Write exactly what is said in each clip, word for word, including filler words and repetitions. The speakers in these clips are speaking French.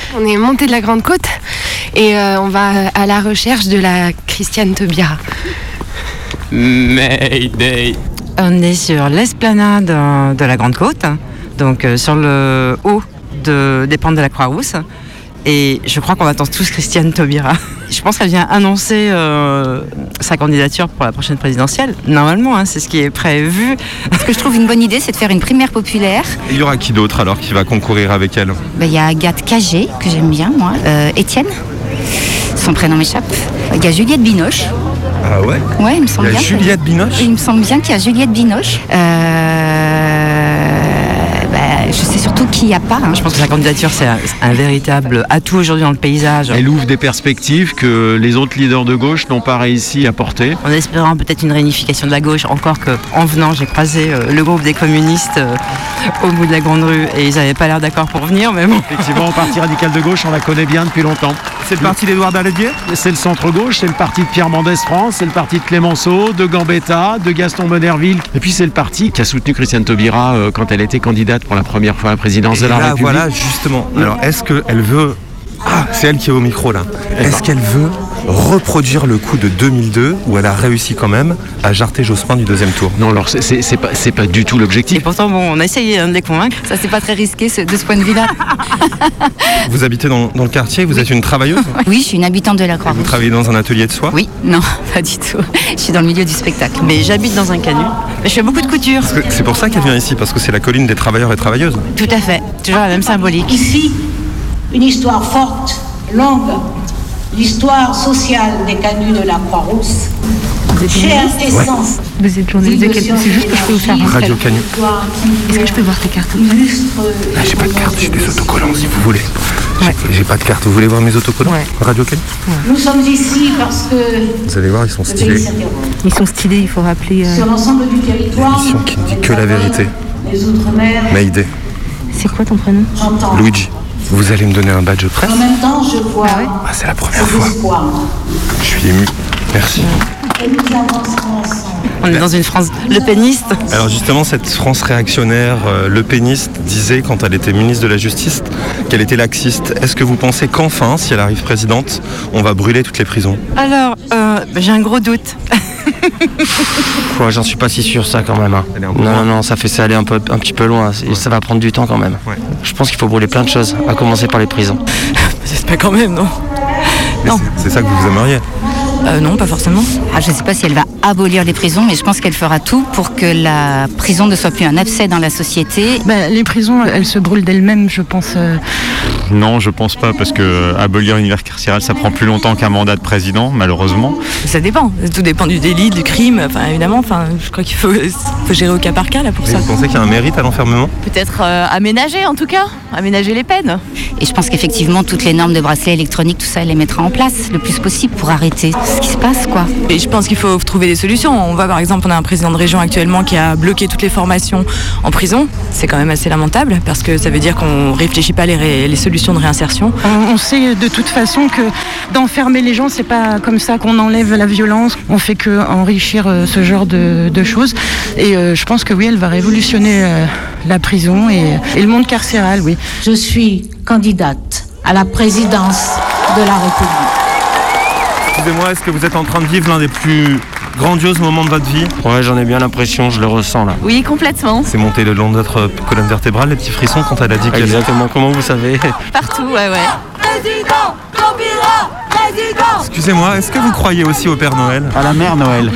On est monté de la Grande Côte et euh, on va à la recherche de la Christiane Taubira. Mayday. On est sur l'esplanade de la Grande Côte, donc euh, sur le haut de, des pentes de la Croix-Rousse. Et je crois qu'on attend tous Christiane Taubira. Je pense qu'elle vient annoncer euh, sa candidature pour la prochaine présidentielle. Normalement, hein, c'est ce qui est prévu. Ce que je trouve une bonne idée, c'est de faire une primaire populaire. Il y aura qui d'autre alors qui va concourir avec elle ? Il ben, y a Agathe Cagé, que j'aime bien, moi. Euh, Étienne, son prénom m'échappe. Il y a Juliette Binoche. Ah ouais ? Ouais, il me semble il y a bien. Juliette Binoche ? Il me semble bien qu'il y a Juliette Binoche. Euh... Ben, je sais surtout qu'il n'y a pas. Hein. Je pense que sa candidature, c'est un, un véritable atout aujourd'hui dans le paysage. Elle ouvre des perspectives que les autres leaders de gauche n'ont pas réussi à porter. En espérant peut-être une réunification de la gauche, encore qu'en venant, j'ai croisé euh, le groupe des communistes euh, au bout de la Grande Rue et ils n'avaient pas l'air d'accord pour venir, mais bon. Effectivement, le Parti radical de gauche, on la connaît bien depuis longtemps. C'est le parti d'Édouard Daladier ? C'est le centre-gauche, c'est le parti de Pierre Mendès France, c'est le parti de Clémenceau, de Gambetta, de Gaston Bonnerville. Et puis c'est le parti qui a soutenu Christiane Taubira euh, quand elle était candidate pour la première fois à la présidence Et de la là, République. Voilà, justement. Alors, est-ce qu'elle veut... Ah, c'est elle qui est au micro, là. Eh Est-ce ben. qu'elle veut reproduire le coup de deux mille deux où elle a réussi quand même à jarter Jospin du deuxième tour ? Non, alors c'est, c'est, c'est, pas, c'est pas du tout Et l'objectif. pourtant, bon, on a essayé hein, de les convaincre. Ça, c'est pas très risqué ce- de ce point de vue-là. Vous habitez dans, dans le quartier, vous êtes une travailleuse ? Oui, je suis une habitante de la Vous Croix-Rousse. travaillez dans un atelier de soie ? Oui, non, pas du tout. Je suis dans le milieu du spectacle. Mais j'habite dans un canut. Mais je fais beaucoup de couture. Parce que c'est pour ça qu'elle vient ici, parce que c'est la colline des travailleurs et travailleuses. Tout à fait. Toujours la même symbolique. Ici, une histoire forte, longue, l'histoire sociale des canuts de la Croix-Rousse. Chère essence. Vous êtes journaliste de quel... C'est juste que je peux vous faire un Radio Canu. Est-ce que je peux voir ta carte ? Ah, j'ai pas de carte, j'ai des autocollants si vous voulez. Ouais. J'ai, j'ai pas de carte, vous voulez voir mes autocollants ? Ouais. Radio Canu. Nous sommes ici parce que Vous allez voir, ils sont le pays stylés. s'interroge. Ils sont stylés, il faut rappeler... euh, Sur l'ensemble du territoire, Émission qui ne dit que la vérité. les outre-mer, Mayday. C'est quoi ton prénom ? j'entends. Luigi, vous allez me donner un badge presse ? En même temps, je vois Ah, c'est la première cet fois. espoir. Je suis ému. Merci. Et nous avancerons ensemble. On est dans une France le péniste. Alors justement, cette France réactionnaire, euh, le péniste, disait quand elle était ministre de la Justice qu'elle était laxiste. Est-ce que vous pensez qu'enfin, si elle arrive présidente, on va brûler toutes les prisons ? Alors, euh, bah, j'ai un gros doute. Ouais, j'en suis pas si sûr ça quand même. Hein. Elle est un peu Non, loin. non, non, ça fait ça aller un, peu, un petit peu loin. Et ça va prendre du temps quand même. Ouais. Je pense qu'il faut brûler plein de choses, à commencer par les prisons. J'espère quand même, non Mais Non. c'est, c'est ça que vous aimeriez ? euh, Non, pas forcément. Ah, je ne sais pas si elle va abolir les prisons, mais je pense qu'elle fera tout pour que la prison ne soit plus un abcès dans la société. Ben, les prisons, elles se brûlent d'elles-mêmes, je pense. euh. Non, je pense pas, parce que euh, abolir l'univers carcéral, ça prend plus longtemps qu'un mandat de président, malheureusement. Ça dépend. Tout dépend du délit, du crime. Enfin, évidemment, enfin, je crois qu'il faut, faut gérer au cas par cas là pour Et ça. vous pensez qu'il y a un mérite à l'enfermement ? Peut-être euh, aménager en tout cas, aménager les peines. Et je pense qu'effectivement, toutes les normes de bracelet électronique, tout ça, elle les mettra en place le plus possible pour arrêter ce qui se passe, quoi. Et je pense qu'il faut trouver des solutions. On voit par exemple, on a un président de région actuellement qui a bloqué toutes les formations en prison. C'est quand même assez lamentable parce que ça veut dire qu'on réfléchit pas les, ré- les solutions de réinsertion. On, on sait de toute façon que d'enfermer les gens, c'est pas comme ça qu'on enlève la violence. On fait que enrichir euh, ce genre de, de choses. Et euh, je pense que oui, elle va révolutionner euh, la prison et, et le monde carcéral, oui. Je suis candidate à la présidence de la République. Excusez-moi, est-ce que vous êtes en train de vivre l'un des plus grandioses moments de votre vie ? Ouais, j'en ai bien l'impression, je le ressens là. Oui, complètement. C'est monté le long de notre colonne vertébrale, les petits frissons quand elle a dit qu'elle... Exactement, comment vous savez ? Partout, ouais, ouais. Président Taubira, président. Excusez-moi, est-ce que vous croyez aussi au Père Noël ? À la mère Noël.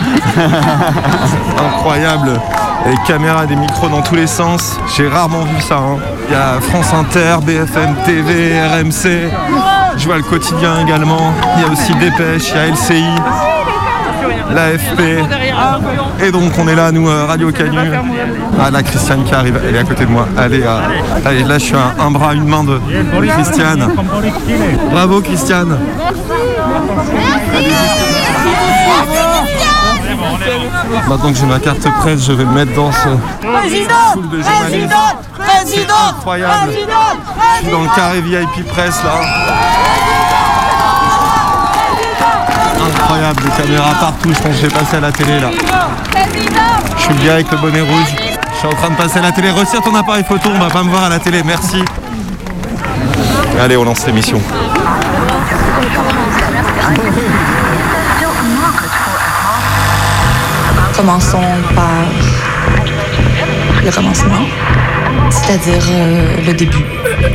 Incroyable. Des caméras, des micros dans tous les sens. J'ai rarement vu ça. Hein. Il y a France Inter, B F M T V, R M C. Je vois le quotidien également. Il y a aussi Dépêche, il y a L C I, l'A F P. Et donc on est là, nous, euh, Radio Canu. Ah, la Christiane qui arrive, elle est à côté de moi. Allez, euh, allez là je suis un, un bras, une main de Christiane. Bravo Christiane. Maintenant que j'ai ma carte presse, je vais me mettre dans ce foule de journalistes. C'est incroyable. Je suis dans le carré V I P presse là. Incroyable, des caméras partout. Je pense que je vais passer à la télé là. Je suis bien avec le bonnet rouge. Je suis en train de passer à la télé. Retire ton appareil photo, on va pas me voir à la télé. Merci. Allez, on lance l'émission. Commençons par le commencement, c'est-à-dire euh, le début.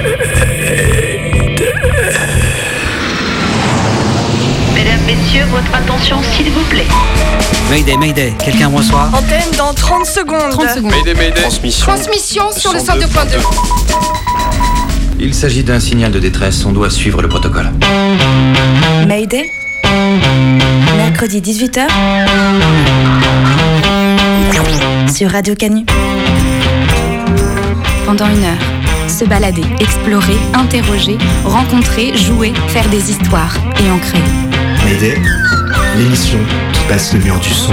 Mesdames, Messieurs, votre attention s'il vous plaît. Mayday, Mayday, quelqu'un me reçoit? Antenne dans trente secondes. trente secondes. Mayday, Mayday. Transmission. Transmission sur le cent deux point deux. Il s'agit d'un signal de détresse, on doit suivre le protocole. Mayday, mercredi dix-huit heures, sur Radio Canu. Pendant une heure, se balader, explorer, interroger, rencontrer, jouer, faire des histoires et en créer. Mayday, l'émission qui passe le mur du son.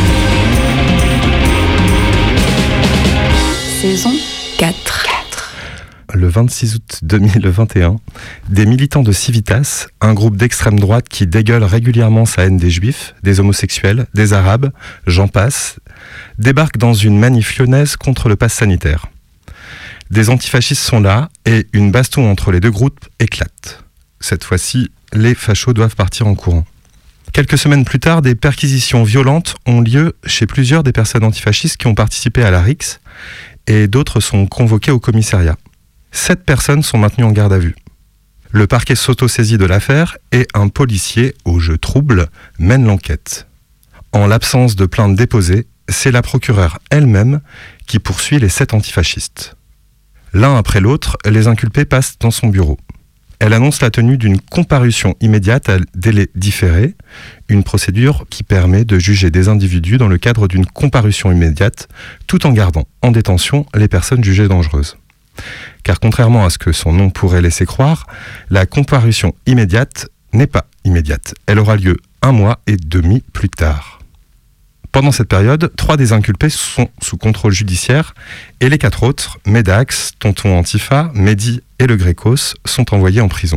Saison quatre. Le vingt-six août deux mille vingt et un, des militants de Civitas, un groupe d'extrême droite qui dégueule régulièrement sa haine des juifs, des homosexuels, des arabes, j'en passe, débarquent dans une manif lyonnaise contre le pass sanitaire. Des antifascistes sont là et une baston entre les deux groupes éclate. Cette fois-ci, les fachos doivent partir en courant. Quelques semaines plus tard, des perquisitions violentes ont lieu chez plusieurs des personnes antifascistes qui ont participé à la R I X et d'autres sont convoquées au commissariat. Sept personnes sont maintenues en garde à vue. Le parquet s'auto-saisit de l'affaire et un policier, au jeu trouble, mène l'enquête. En l'absence de plainte déposée, c'est la procureure elle-même qui poursuit les sept antifascistes. L'un après l'autre, les inculpés passent dans son bureau. Elle annonce la tenue d'une comparution immédiate à délai différé, une procédure qui permet de juger des individus dans le cadre d'une comparution immédiate, tout en gardant en détention les personnes jugées dangereuses. Car contrairement à ce que son nom pourrait laisser croire, la comparution immédiate n'est pas immédiate. Elle aura lieu un mois et demi plus tard. Pendant cette période, trois des inculpés sont sous contrôle judiciaire et les quatre autres, Médax, Tonton Antifa, Mehdi et le Grécos, sont envoyés en prison.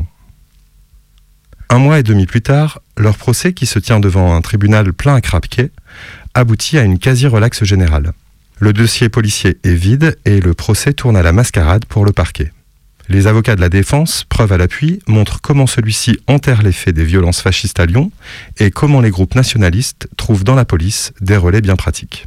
Un mois et demi plus tard, leur procès, qui se tient devant un tribunal plein à craquer, aboutit à une quasi-relaxe générale. Le dossier policier est vide et le procès tourne à la mascarade pour le parquet. Les avocats de la défense, preuve à l'appui, montrent comment celui-ci enterre les faits des violences fascistes à Lyon et comment les groupes nationalistes trouvent dans la police des relais bien pratiques.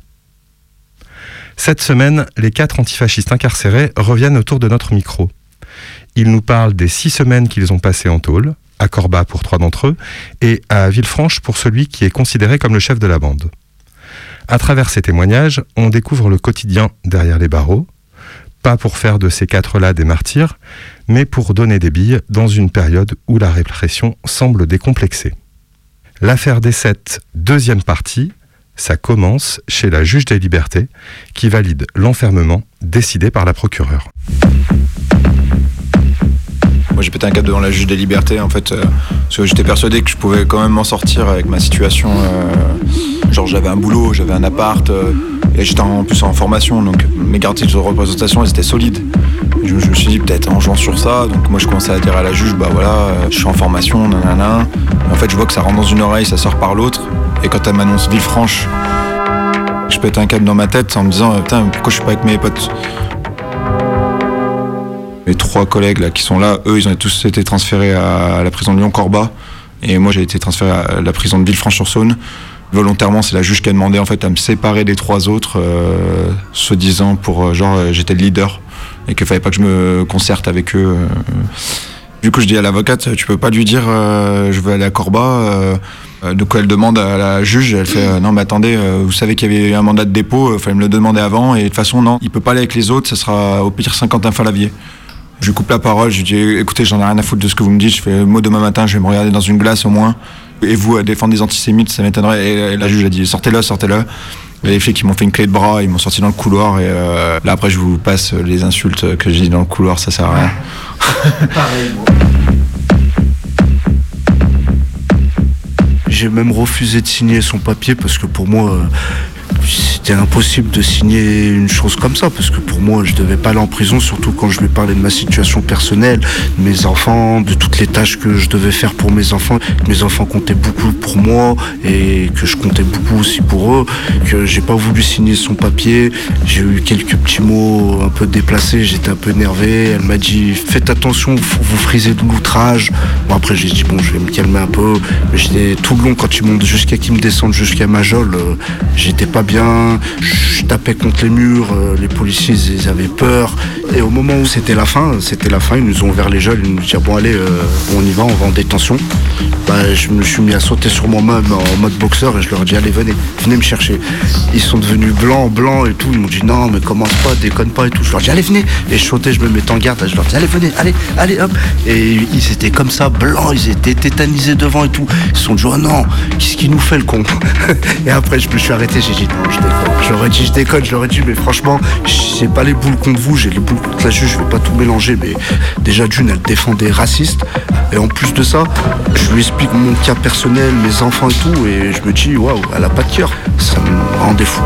Cette semaine, les quatre antifascistes incarcérés reviennent autour de notre micro. Ils nous parlent des six semaines qu'ils ont passées en tôle, à Corba pour trois d'entre eux, et à Villefranche pour celui qui est considéré comme le chef de la bande. À travers ces témoignages, on découvre le quotidien derrière les barreaux, pas pour faire de ces quatre-là des martyrs, mais pour donner des billes dans une période où la répression semble décomplexée. L'affaire des sept, deuxième partie, ça commence chez la juge des libertés, qui valide l'enfermement décidé par la procureure. Moi j'ai pété un câble devant la juge des libertés en fait, euh, parce que j'étais persuadé que je pouvais quand même m'en sortir avec ma situation. Euh, genre j'avais un boulot, j'avais un appart, euh, et j'étais en plus en formation, donc mes garanties de représentation elles étaient solides. Je, je me suis dit peut-être en jouant sur ça, donc moi je commençais à dire à la juge, bah voilà, euh, je suis en formation, nanana. En fait je vois que ça rentre dans une oreille, ça sort par l'autre, et quand elle m'annonce Villefranche, je pète un câble dans ma tête en me disant putain pourquoi je suis pas avec mes potes. Mes trois collègues là qui sont là, eux ils ont tous été transférés à la prison de Lyon-Corba et moi j'ai été transféré à la prison de Villefranche-sur-Saône. Volontairement c'est la juge qui a demandé en fait à me séparer des trois autres, euh, se disant pour euh, genre euh, j'étais le leader et qu'il fallait pas que je me concerte avec eux. Euh. Du coup je dis à l'avocate tu peux pas lui dire euh, je veux aller à Corba. Euh, euh, donc elle demande à la juge, elle fait euh, non mais attendez, euh, vous savez qu'il y avait un mandat de dépôt, il euh, fallait me le demander avant et de toute façon non, il peut pas aller avec les autres, ça sera au pire Saint-Quentin-Falavier. Je lui coupe la parole, je lui dis écoutez j'en ai rien à foutre de ce que vous me dites, je fais moi demain matin je vais me regarder dans une glace au moins, et vous à défendre des antisémites ça m'étonnerait, et la juge a dit sortez-le, sortez-le. Et les flics ils m'ont fait une clé de bras, ils m'ont sorti dans le couloir et euh, là après je vous passe les insultes que j'ai dit dans le couloir, ça sert à rien. Pareil. J'ai même refusé de signer son papier parce que pour moi c'était impossible de signer une chose comme ça, parce que pour moi, je devais pas aller en prison, surtout quand je lui parlais de ma situation personnelle, de mes enfants, de toutes les tâches que je devais faire pour mes enfants. Mes enfants comptaient beaucoup pour moi et que je comptais beaucoup aussi pour eux, que j'ai pas voulu signer son papier. J'ai eu quelques petits mots un peu déplacés, j'étais un peu énervé. Elle m'a dit « Faites attention, vous frisez de l'outrage ». Bon, après, j'ai dit « Bon, je vais me calmer un peu ». Mais j'étais tout le long, quand ils montent jusqu'à qu'ils me descendent jusqu'à ma geôle, euh, j'étais pas bien, je tapais contre les murs, euh, les policiers ils avaient peur. Et au moment où c'était la fin, c'était la fin, ils nous ont ouvert les geôles, ils nous disaient bon allez, euh, on y va, on va en détention. Bah, je me suis mis à sauter sur moi-même en mode boxeur et je leur ai dit allez venez, venez me chercher. Ils sont devenus blancs, blancs et tout, ils m'ont dit non mais commence pas, déconne pas et tout. Je leur ai dit allez venez, et je sautais, je me mettais en garde, je leur dis allez venez, allez, allez hop. Et ils étaient comme ça, blancs, ils étaient tétanisés devant et tout. Ils se sont dit oh non, qu'est-ce qu'il nous fait le con. Et après je me suis arrêté, j'ai dit non je déconne. Je leur ai dit je déconne, je leur ai dit mais franchement j'ai pas les boules contre vous, j'ai les boules contre la juge, je vais pas tout mélanger. Mais déjà d'une elle défend des racistes et en plus de ça je lui explique mon cas personnel, mes enfants et tout, et je me dis waouh elle a pas de cœur, ça me rendait fou.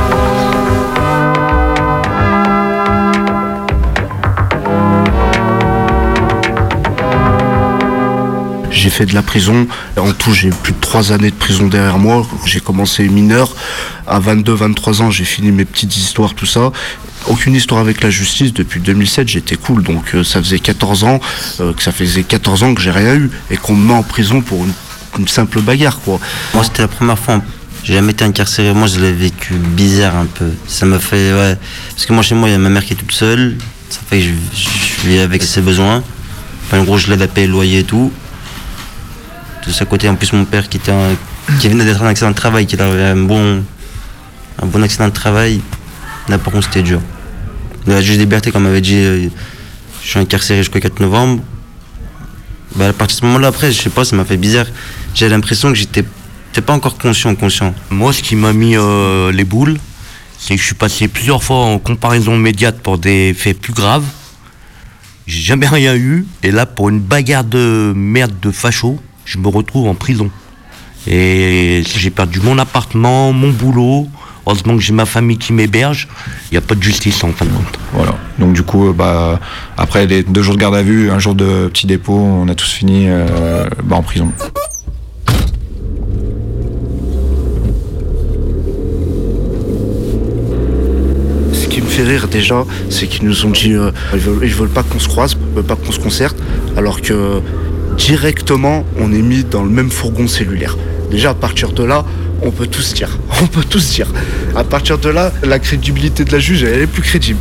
J'ai fait de la prison. En tout, j'ai plus de trois années de prison derrière moi. J'ai commencé mineur. À vingt-deux vingt-trois ans, j'ai fini mes petites histoires, tout ça. Aucune histoire avec la justice. Depuis deux mille sept, j'étais cool. Donc euh, ça faisait quatorze ans, euh, que ça faisait quatorze ans que j'ai rien eu. Et qu'on me met en prison pour une, une simple bagarre, quoi. Moi, c'était la première fois. J'ai jamais été incarcéré. Moi, je l'ai vécu bizarre un peu. Ça m'a fait, ouais. Parce que moi, chez moi, il y a ma mère qui est toute seule. Ça fait que je, je vis avec ses besoins. Enfin, en gros, je l'aide à payer le loyer et tout. De ce côté, en plus mon père qui, était un, qui venait d'être un accident de travail, qui avait un bon, un bon accident de travail, là par contre c'était dur. La juge des libertés, comme m'avait dit, euh, je suis incarcéré jusqu'au quatre novembre. Bah, à partir de ce moment-là, après, je sais pas, ça m'a fait bizarre. J'ai l'impression que j'étais, j'étais pas encore conscient, conscient. Moi, ce qui m'a mis euh, les boules, c'est que je suis passé plusieurs fois en comparaison médiate pour des faits plus graves. J'ai jamais rien eu, et là, pour une bagarre de merde de facho, je me retrouve en prison. Et j'ai perdu mon appartement, mon boulot. Heureusement que j'ai ma famille qui m'héberge. Il n'y a pas de justice en fin de compte. Voilà. Donc du coup, bah, après les deux jours de garde à vue, un jour de petit dépôt, on a tous fini euh, bah, en prison. Ce qui me fait rire déjà, c'est qu'ils nous ont dit euh, ils veulent, ils veulent pas qu'on se croise, ils veulent pas qu'on se concerte, alors que directement, on est mis dans le même fourgon cellulaire. Déjà, à partir de là, on peut tous dire. On peut tous dire. À partir de là, la crédibilité de la juge, elle est plus crédible.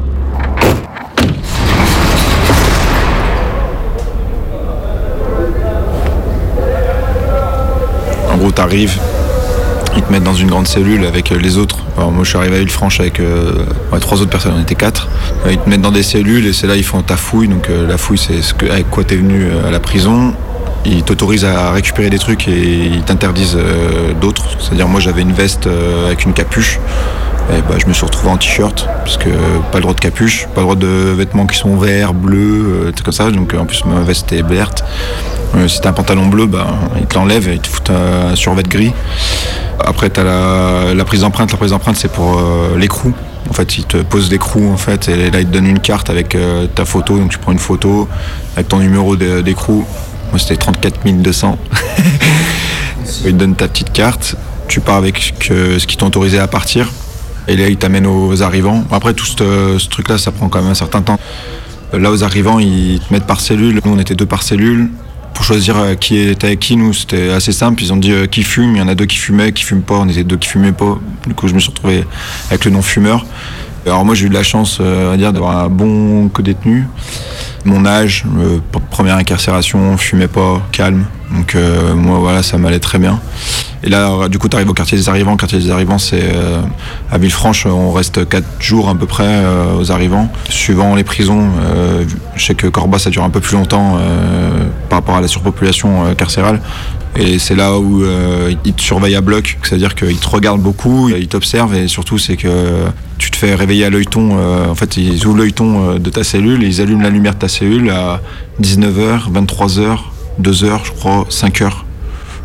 En gros, t'arrives, ils te mettent dans une grande cellule avec les autres. Alors moi, je suis arrivé à Villefranche avec euh, ouais, trois autres personnes, on était quatre. Ils te mettent dans des cellules et c'est là ils font ta fouille. Donc euh, la fouille, c'est ce que, avec quoi t'es venu à la prison. Ils t'autorisent à récupérer des trucs et ils t'interdisent euh, d'autres. C'est-à-dire moi, j'avais une veste euh, avec une capuche. Et bah, je me suis retrouvé en t-shirt parce que euh, pas le droit de capuche, pas le droit de vêtements qui sont verts, bleus, euh, comme ça. Donc en plus ma veste était verte. Euh, si t'as un pantalon bleu, bah, ils te l'enlèvent et ils te foutent un survêt gris. Après t'as la, la prise d'empreinte. La prise d'empreinte c'est pour euh, l'écrou. En fait ils te posent d'écrou en fait et là ils te donnent une carte avec euh, ta photo. Donc tu prends une photo avec ton numéro d'écrou. Moi c'était trente-quatre mille deux cents. Ils te donnent ta petite carte. Tu pars avec que, ce qu'ils t'ont autorisé à partir. Et là, ils t'amènent aux arrivants. Après, tout ce, ce truc-là, ça prend quand même un certain temps. Là, aux arrivants, ils te mettent par cellule. Nous, on était deux par cellule. Pour choisir qui était avec qui, nous, c'était assez simple. Ils ont dit euh, qui fume. Il y en a deux qui fumaient, qui fument pas. On était deux qui fumaient pas. Du coup, je me suis retrouvé avec le non-fumeur. Alors moi, j'ai eu de la chance, euh, à dire, d'avoir un bon co-détenu. Mon âge, euh, première incarcération, fumais pas, calme. Donc euh, moi, voilà, ça m'allait très bien. Et là, du coup, tu arrives au quartier des arrivants. Le quartier des arrivants, c'est euh, à Villefranche, on reste quatre jours à peu près euh, aux arrivants. Suivant les prisons, euh, je sais que Corba, ça dure un peu plus longtemps euh, par rapport à la surpopulation euh, carcérale. Et c'est là où euh, ils te surveillent à bloc, c'est-à-dire qu'ils te regardent beaucoup, ils t'observent et surtout c'est que tu te fais réveiller à l'œilleton. Euh, en fait, ils ouvrent l'œilleton de ta cellule et ils allument la lumière de ta cellule à dix-neuf heures, vingt-trois heures, deux heures, je crois, cinq heures.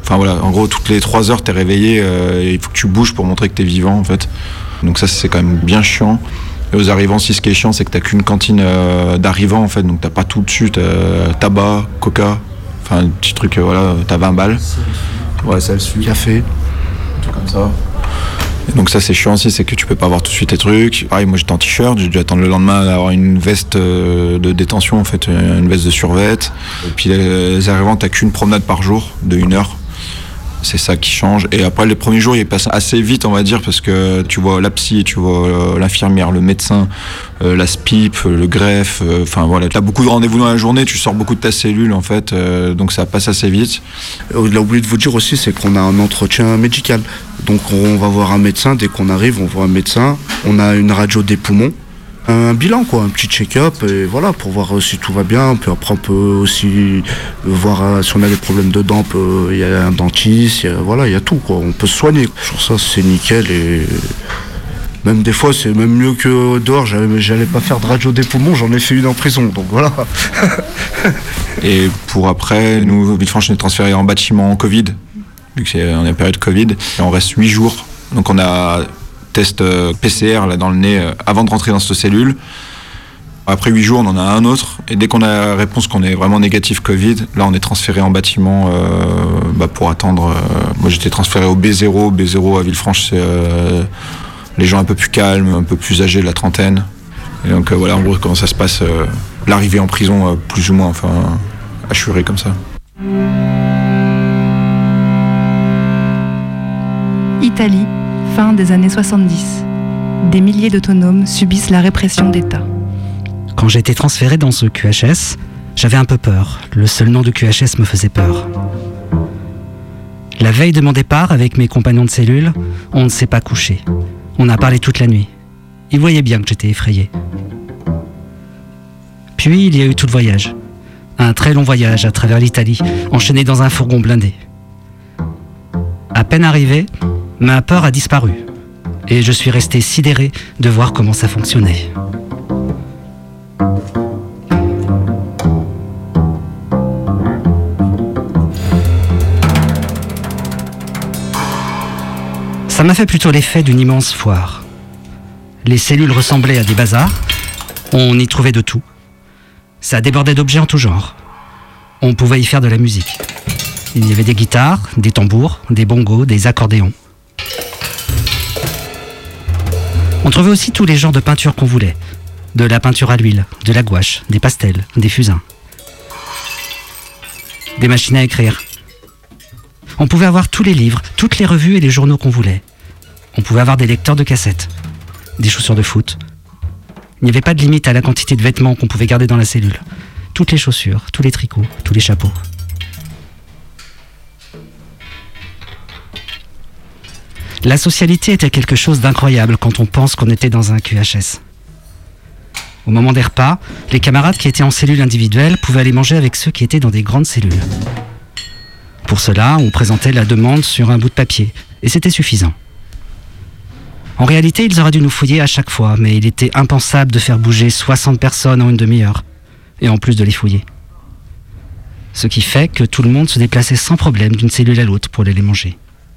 Enfin voilà, en gros, toutes les trois heures, t'es réveillé, euh, et il faut que tu bouges pour montrer que t'es vivant, en fait. Donc ça, c'est quand même bien chiant. Et aux arrivants aussi, ce qui est chiant, c'est que t'as qu'une cantine euh, d'arrivants, en fait, donc t'as pas tout dessus, t'as tabac, coca, enfin, un petit truc, euh, voilà, t'as vingt balles. Ouais, ça le suit. Café. Tout comme ça. Et donc ça, c'est chiant aussi, c'est que tu peux pas avoir tout de suite tes trucs. Pareil, moi, j'étais en t-shirt, j'ai dû attendre le lendemain d'avoir une veste euh, de détention, en fait, une veste de survêt. Et puis les, les arrivants, t'as qu'une promenade par jour, de une heure. C'est ça qui change. Et après, les premiers jours, ils passent assez vite, on va dire, parce que tu vois la psy, tu vois euh, l'infirmière, le médecin, euh, la spip, le greffe. Enfin euh, voilà, tu as beaucoup de rendez-vous dans la journée, tu sors beaucoup de ta cellule, en fait. Euh, donc ça passe assez vite. On a oublié de vous dire aussi, c'est qu'on a un entretien médical. Donc on va voir un médecin. Dès qu'on arrive, on voit un médecin. On a une radio des poumons. Un bilan, quoi, un petit check-up, et voilà, pour voir si tout va bien. Puis après, on peut aussi voir si on a des problèmes de dents, il y a un dentiste, y a, voilà, il y a tout, quoi. On peut se soigner. Sur ça, c'est nickel, et même des fois, c'est même mieux que dehors. J'allais, j'allais pas faire de radio des poumons, j'en ai fait une en prison, donc voilà. Et pour après, nous, Villefranche, on est transféré en bâtiment Covid, vu que c'est en période Covid, et on reste huit jours. Donc on a test P C R là, dans le nez euh, avant de rentrer dans cette cellule. Après huit jours, on en a un autre. Et dès qu'on a la réponse qu'on est vraiment négatif Covid, là, on est transféré en bâtiment euh, bah, pour attendre. Euh, moi, j'étais transféré au B zéro. B zéro à Villefranche, c'est euh, les gens un peu plus calmes, un peu plus âgés, la trentaine. Et donc, euh, voilà, en gros, comment ça se passe. Euh, l'arrivée en prison, euh, plus ou moins, enfin, assurée comme ça. Italie. Fin des années soixante-dix. Des milliers d'autonomes subissent la répression d'État. Quand j'ai été transféré dans ce Q H S, j'avais un peu peur. Le seul nom de Q H S me faisait peur. La veille de mon départ, avec mes compagnons de cellule, on ne s'est pas couché. On a parlé toute la nuit. Ils voyaient bien que j'étais effrayé. Puis il y a eu tout le voyage. Un très long voyage à travers l'Italie, enchaîné dans un fourgon blindé. À peine arrivé, ma peur a disparu et je suis resté sidéré de voir comment ça fonctionnait. Ça m'a fait plutôt l'effet d'une immense foire. Les cellules ressemblaient à des bazars, on y trouvait de tout. Ça débordait d'objets en tout genre. On pouvait y faire de la musique. Il y avait des guitares, des tambours, des bongos, des accordéons. On trouvait aussi tous les genres de peinture qu'on voulait. De la peinture à l'huile, de la gouache, des pastels, des fusains. Des machines à écrire. On pouvait avoir tous les livres, toutes les revues et les journaux qu'on voulait. On pouvait avoir des lecteurs de cassettes, des chaussures de foot. Il n'y avait pas de limite à la quantité de vêtements qu'on pouvait garder dans la cellule. Toutes les chaussures, tous les tricots, tous les chapeaux. La socialité était quelque chose d'incroyable quand on pense qu'on était dans un Q H S. Au moment des repas, les camarades qui étaient en cellule individuelle pouvaient aller manger avec ceux qui étaient dans des grandes cellules. Pour cela, on présentait la demande sur un bout de papier, et c'était suffisant. En réalité, ils auraient dû nous fouiller à chaque fois, mais il était impensable de faire bouger soixante personnes en une demi-heure, et en plus de les fouiller. Ce qui fait que tout le monde se déplaçait sans problème d'une cellule à l'autre pour aller les manger.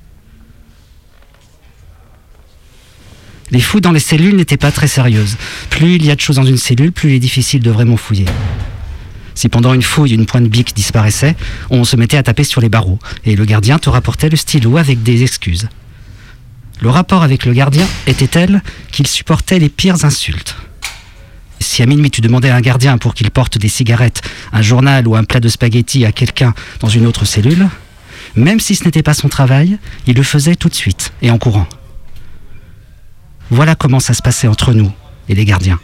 Les fouilles dans les cellules n'étaient pas très sérieuses. Plus il y a de choses dans une cellule, plus il est difficile de vraiment fouiller. Si pendant une fouille, une pointe bic disparaissait, on se mettait à taper sur les barreaux, et le gardien te rapportait le stylo avec des excuses. Le rapport avec le gardien était tel qu'il supportait les pires insultes. Si à minuit tu demandais à un gardien pour qu'il porte des cigarettes, un journal ou un plat de spaghettis à quelqu'un dans une autre cellule, même si ce n'était pas son travail, il le faisait tout de suite et en courant. Voilà comment ça se passait entre nous et les gardiens.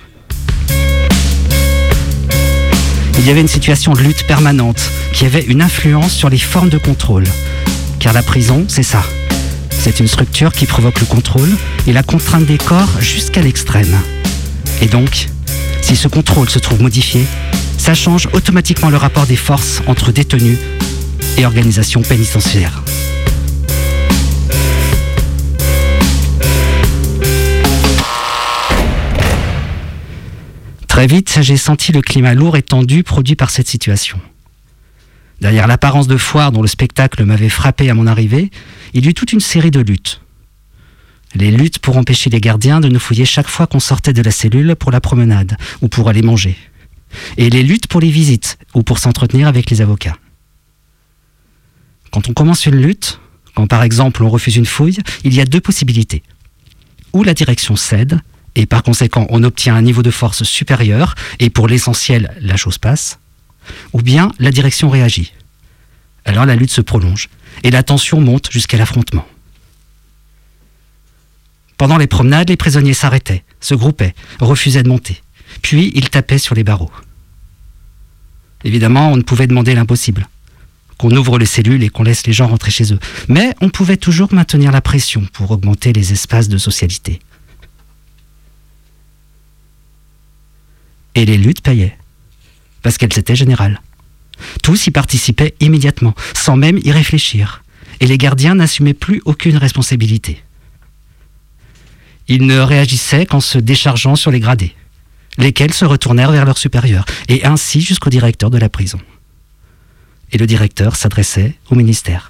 Il y avait une situation de lutte permanente qui avait une influence sur les formes de contrôle. Car la prison, c'est ça. C'est une structure qui provoque le contrôle et la contrainte des corps jusqu'à l'extrême. Et donc, si ce contrôle se trouve modifié, ça change automatiquement le rapport des forces entre détenus et organisation pénitentiaire. Très vite, j'ai senti le climat lourd et tendu produit par cette situation. Derrière l'apparence de foire dont le spectacle m'avait frappé à mon arrivée, il y eut toute une série de luttes. Les luttes pour empêcher les gardiens de nous fouiller chaque fois qu'on sortait de la cellule pour la promenade ou pour aller manger. Et les luttes pour les visites ou pour s'entretenir avec les avocats. Quand on commence une lutte, quand par exemple on refuse une fouille, il y a deux possibilités. Ou la direction cède, et par conséquent on obtient un niveau de force supérieur, et pour l'essentiel la chose passe, ou bien la direction réagit. Alors la lutte se prolonge, et la tension monte jusqu'à l'affrontement. Pendant les promenades, les prisonniers s'arrêtaient, se groupaient, refusaient de monter. Puis ils tapaient sur les barreaux. Évidemment, on ne pouvait demander l'impossible. Qu'on ouvre les cellules et qu'on laisse les gens rentrer chez eux. Mais on pouvait toujours maintenir la pression pour augmenter les espaces de socialité. Et les luttes payaient. Parce qu'elles étaient générales. Tous y participaient immédiatement, sans même y réfléchir. Et les gardiens n'assumaient plus aucune responsabilité. Ils ne réagissaient qu'en se déchargeant sur les gradés, lesquels se retournèrent vers leurs supérieurs, et ainsi jusqu'au directeur de la prison. Et le directeur s'adressait au ministère.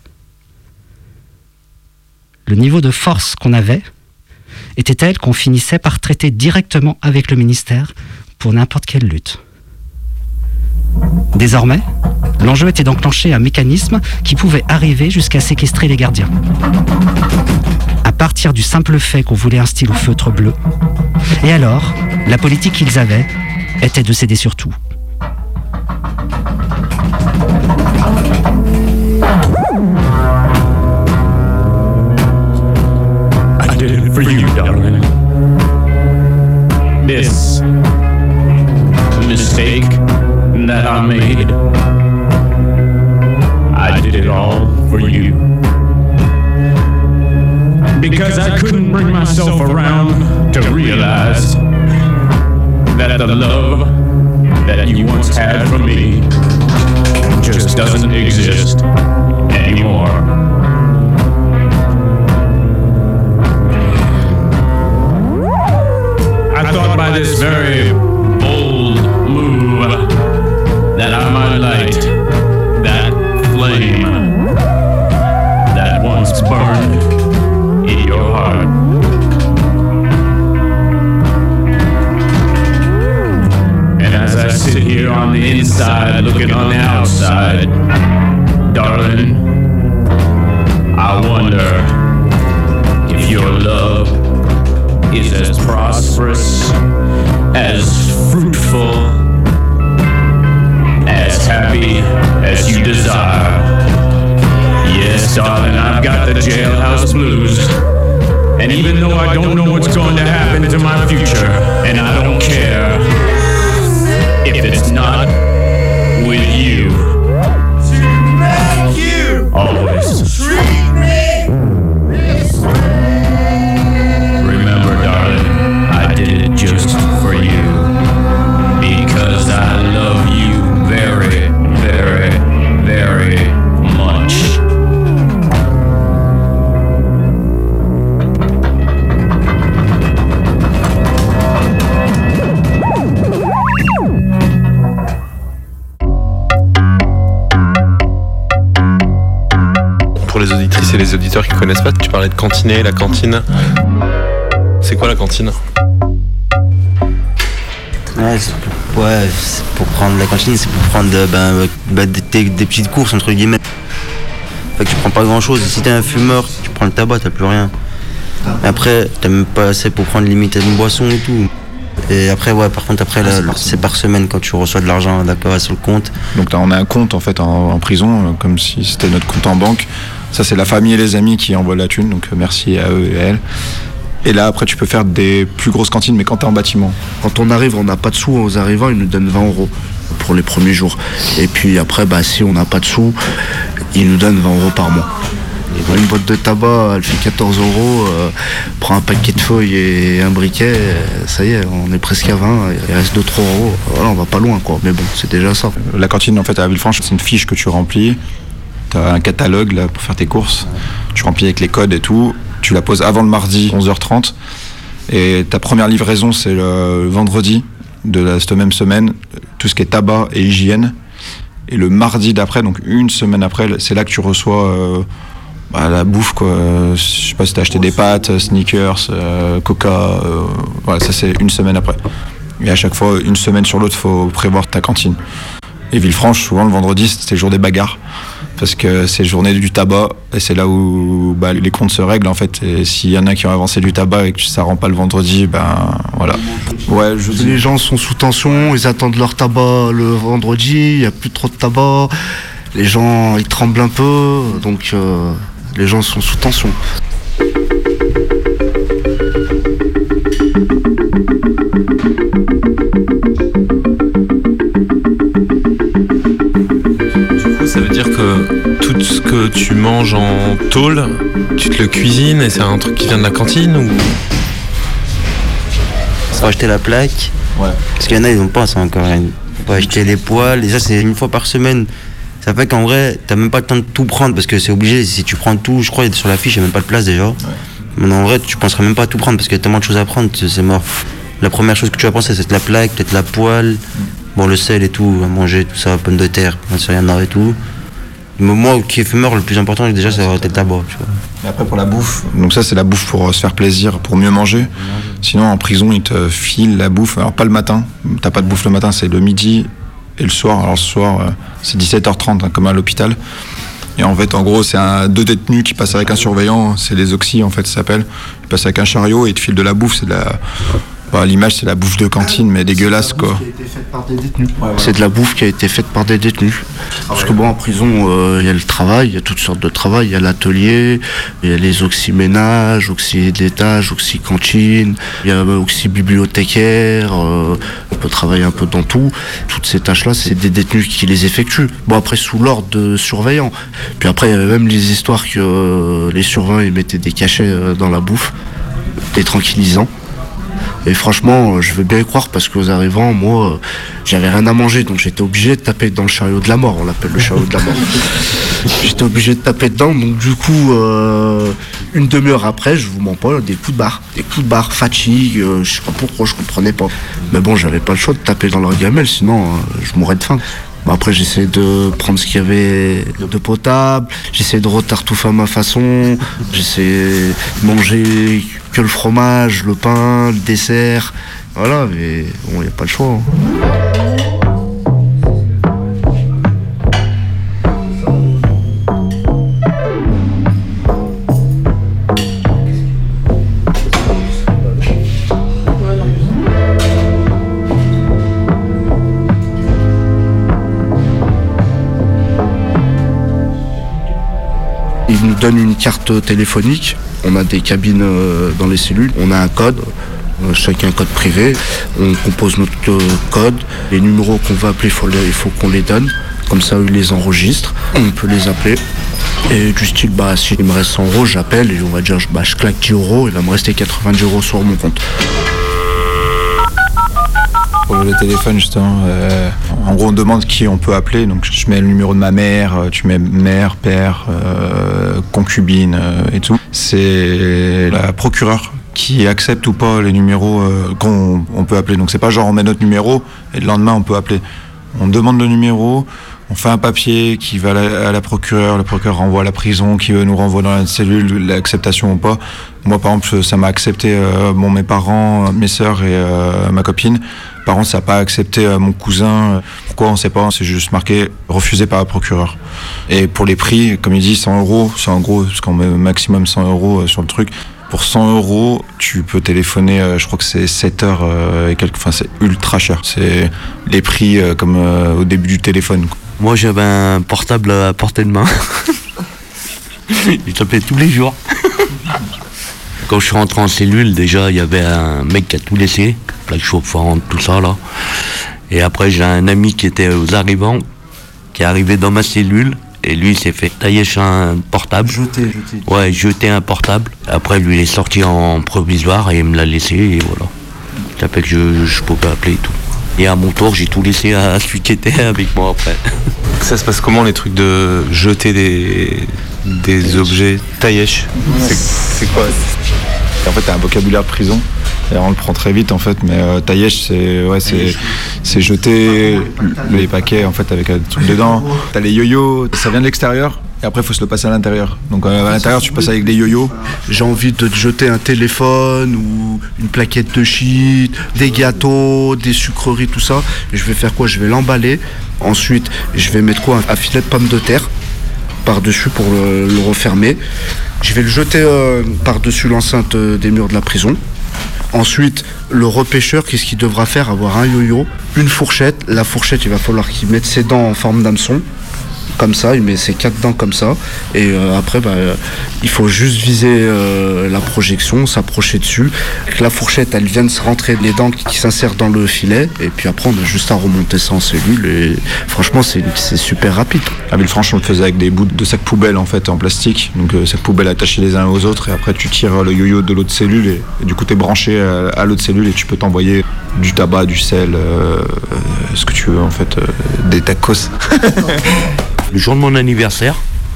Le niveau de force qu'on avait était tel qu'on finissait par traiter directement avec le ministère pour n'importe quelle lutte. Désormais, l'enjeu était d'enclencher un mécanisme qui pouvait arriver jusqu'à séquestrer les gardiens. À partir du simple fait qu'on voulait un style au feutre bleu. Et alors, la politique qu'ils avaient était de céder sur tout. I did it for you, darling. This mistake that I made, I did it all for you. Because I couldn't bring myself around to realize that the love that you once had for me just doesn't exist anymore. I thought by this very bold move that I might light that flame that once burned in your heart. And as I sit here on the inside looking on the outside, darling, I wonder if your love is as prosperous, as fruitful, as happy as you desire. Yes, darling, I've got the jailhouse blues. And even though I don't know what's going to happen to my future, and I don't care if it's not with you, to make you always treat me this way. Remember, darling, I did it just for you, because I love you very, very, very much. Pour les auditrices et les auditeurs qui connaissent pas, tu parlais de cantiner, la cantine. C'est quoi la cantine? Ouais, c'est pour, ouais, c'est pour prendre la cantine, c'est pour prendre ben, ben, des, des petites courses entre guillemets. Fait que tu prends pas grand chose. Si t'es un fumeur, tu prends le tabac, t'as plus rien. Après, t'as même pas assez pour prendre limite une boisson et tout. Et après, ouais, par contre, après, ah, là, c'est, par c'est par semaine quand tu reçois de l'argent d'accord sur le compte. Donc on a un compte en fait en, en prison, comme si c'était notre compte en banque. Ça, c'est la famille et les amis qui envoient la thune, donc merci à eux et à elles. Et là, après, tu peux faire des plus grosses cantines, mais quand t'es en bâtiment. Quand on arrive, on n'a pas de sous aux arrivants, ils nous donnent vingt euros pour les premiers jours. Et puis après, bah, si on n'a pas de sous, ils nous donnent vingt euros par mois. Et une boîte de tabac, elle fait quatorze euros. Euh, prends un paquet de feuilles et un briquet, ça y est, on est presque à vingt. Il reste deux trois euros. Voilà, on va pas loin, quoi. Mais bon, c'est déjà ça. La cantine, en fait, à Villefranche, c'est une fiche que tu remplis. T'as un catalogue là, pour faire tes courses. Tu remplis avec les codes et tout. Tu la poses avant le mardi, onze heures trente. Et ta première livraison, c'est le vendredi de la, cette même semaine. Tout ce qui est tabac et hygiène. Et le mardi d'après, donc une semaine après, c'est là que tu reçois euh, bah, la bouffe, quoi. Je sais pas si t'as acheté des pâtes, sneakers, euh, coca, euh, voilà, ça c'est une semaine après. Et à chaque fois, une semaine sur l'autre, faut prévoir ta cantine. Et Villefranche, souvent le vendredi, c'est le jour des bagarres. Parce que c'est journée du tabac, et c'est là où bah, les comptes se règlent en fait. Et s'il y en a qui ont avancé du tabac et que ça rend pas le vendredi, ben voilà. Ouais, je dis... Les gens sont sous tension, ils attendent leur tabac le vendredi, il n'y a plus trop de tabac. Les gens, ils tremblent un peu, donc euh, les gens sont sous tension. Ça veut dire que tout ce que tu manges en tôle, tu te le cuisines et c'est un truc qui vient de la cantine ou... Faut acheter la plaque. Ouais. Parce qu'il y en a, ils n'ont pas ça encore. Faut acheter les poêles et ça c'est une fois par semaine. Ça fait qu'en vrai, t'as même pas le temps de tout prendre parce que c'est obligé. Si tu prends tout, je crois sur la fiche, il n'y a même pas de place déjà. Ouais. Mais en vrai, tu penserais même pas à tout prendre parce qu'il y a tellement de choses à prendre, c'est mort. La première chose que tu vas penser, c'est la plaque, peut-être la poêle. Mm. Bon, le sel et tout, à manger, tout ça, pommes de terre, rien et tout. Mais moi, qui est éphémère, le plus important, déjà, c'est d'avoir le tabac, tu vois. Et après, pour la bouffe, donc ça, c'est la bouffe pour se faire plaisir, pour mieux manger. Sinon, en prison, ils te filent la bouffe. Alors, pas le matin, t'as pas de bouffe le matin, c'est le midi et le soir. Alors, le soir, c'est dix-sept heures trente, hein, comme à l'hôpital. Et en fait, en gros, c'est un, deux détenus qui passent avec un surveillant, c'est les oxy, en fait, ça s'appelle. Ils passent avec un chariot et ils te filent de la bouffe, c'est de la... Bah, l'image, c'est la bouffe de cantine, mais dégueulasse, quoi. C'est de la bouffe qui a été faite par des détenus. Parce que bon, en prison, il euh, y a le travail, il y a toutes sortes de travail. Il y a l'atelier, il y a les oxy-ménages, oxy-d'étage, oxy-cantine, il y a oxy-bibliothécaire. Euh, on peut travailler un peu dans tout. Toutes ces tâches-là, c'est des détenus qui les effectuent. Bon, après, sous l'ordre de surveillants. Puis après, il y avait même les histoires que euh, les surveillants ils mettaient des cachets euh, dans la bouffe, des tranquillisants. Et franchement, je veux bien y croire parce qu'aux arrivants, moi, j'avais rien à manger, donc j'étais obligé de taper dans le chariot de la mort, on l'appelle le chariot de la mort. J'étais obligé de taper dedans, donc du coup, euh, une demi-heure après, je vous mens pas, des coups de barre. Des coups de barre, fatigue, euh, je sais pas pourquoi, je comprenais pas. Mais bon, j'avais pas le choix de taper dans leur gamelle, sinon euh, je mourrais de faim. Bon, après, j'essayais de prendre ce qu'il y avait de potable, j'essayais de retartouffer à ma façon, j'essayais de manger que le fromage, le pain, le dessert, voilà, mais bon, il n'y a pas le choix. Hein. Ils nous donnent une carte téléphonique, on a des cabines euh, dans les cellules, on a un code, euh, chacun un code privé, on compose notre euh, code, les numéros qu'on va appeler, faut les, il faut qu'on les donne, comme ça ils les enregistrent, on peut les appeler. Et du style, bah, s'il me reste cent euros, j'appelle et on va dire, bah, je claque dix euros, il va me rester quatre-vingt-dix euros sur mon compte. Pour le téléphone, justement, euh, en gros, on demande qui on peut appeler. Donc, je mets le numéro de ma mère, tu mets mère, père, euh, concubine euh, et tout. C'est la procureure qui accepte ou pas les numéros euh, qu'on on peut appeler. Donc, c'est pas genre on met notre numéro et le lendemain on peut appeler. On demande le numéro, on fait un papier qui va à la, à la procureure, le procureur renvoie à la prison, qui nous renvoie dans la cellule, l'acceptation ou pas. Moi, par exemple, ça m'a accepté euh, bon, mes parents, mes sœurs et euh, ma copine. Par contre, ça n'a pas accepté euh, mon cousin. Pourquoi, on ne sait pas. C'est juste marqué refusé par le procureur. Et pour les prix, comme il dit, cent euros, c'est en gros, parce qu'on met maximum cent euros euh, sur le truc. Pour cent euros, tu peux téléphoner, euh, je crois que c'est sept heures euh, et quelques. Enfin, c'est ultra cher. C'est les prix euh, comme euh, au début du téléphone, quoi. Moi, j'avais un portable à portée de main. Il t'appelait tous les jours. Quand je suis rentré en cellule, déjà, il y avait un mec qui a tout laissé, plaque chauffante, tout ça, là. Et après, j'ai un ami qui était aux arrivants, qui est arrivé dans ma cellule, et lui, il s'est fait tailler sur un portable. Jeter, jeter. Ouais, jeter un portable. Après, lui, il est sorti en provisoire et il me l'a laissé, et voilà. Ça fait que je, je pouvais appeler et tout. Et à mon tour, j'ai tout laissé à celui qui était avec moi après. Ça se passe comment, les trucs de jeter des, des objets taillesh? C'est, c'est quoi? En fait, t'as un vocabulaire de prison. Et on le prend très vite en fait, mais euh, taillèche c'est ouais, c'est c'est jeter les paquets en fait avec un truc dedans. T'as les yo-yo, ça vient de l'extérieur. Et après, il faut se le passer à l'intérieur. Donc euh, à l'intérieur, tu passes avec des yo-yo. J'ai envie de te jeter un téléphone ou une plaquette de shit, des gâteaux, des sucreries, tout ça. Et je vais faire quoi? Je vais l'emballer. Ensuite, je vais mettre quoi? Un filet de pommes de terre par-dessus pour le, le refermer. Je vais le jeter euh, par-dessus l'enceinte euh, des murs de la prison. Ensuite, le repêcheur, qu'est-ce qu'il devra faire? Avoir un yo-yo, une fourchette. La fourchette, il va falloir qu'il mette ses dents en forme d'hameçon. Comme ça, il met ses quatre dents comme ça. Et euh, après, bah, euh, il faut juste viser euh, la projection, s'approcher dessus. Que la fourchette, elle vienne se rentrer les dents qui, qui s'insèrent dans le filet. Et puis après, on a juste à remonter ça en cellule. Et franchement, c'est, c'est super rapide. À Villefranche, on le faisait avec des bouts de sacs poubelles en fait, en plastique. Donc euh, sacs poubelles attachés les uns aux autres. Et après, tu tires le yo-yo de l'autre cellule. Et, et du coup, tu es branché à, à l'autre cellule et tu peux t'envoyer du tabac, du sel, euh, euh, ce que tu veux en fait, euh, des tacos. Le jour de mon anniversaire,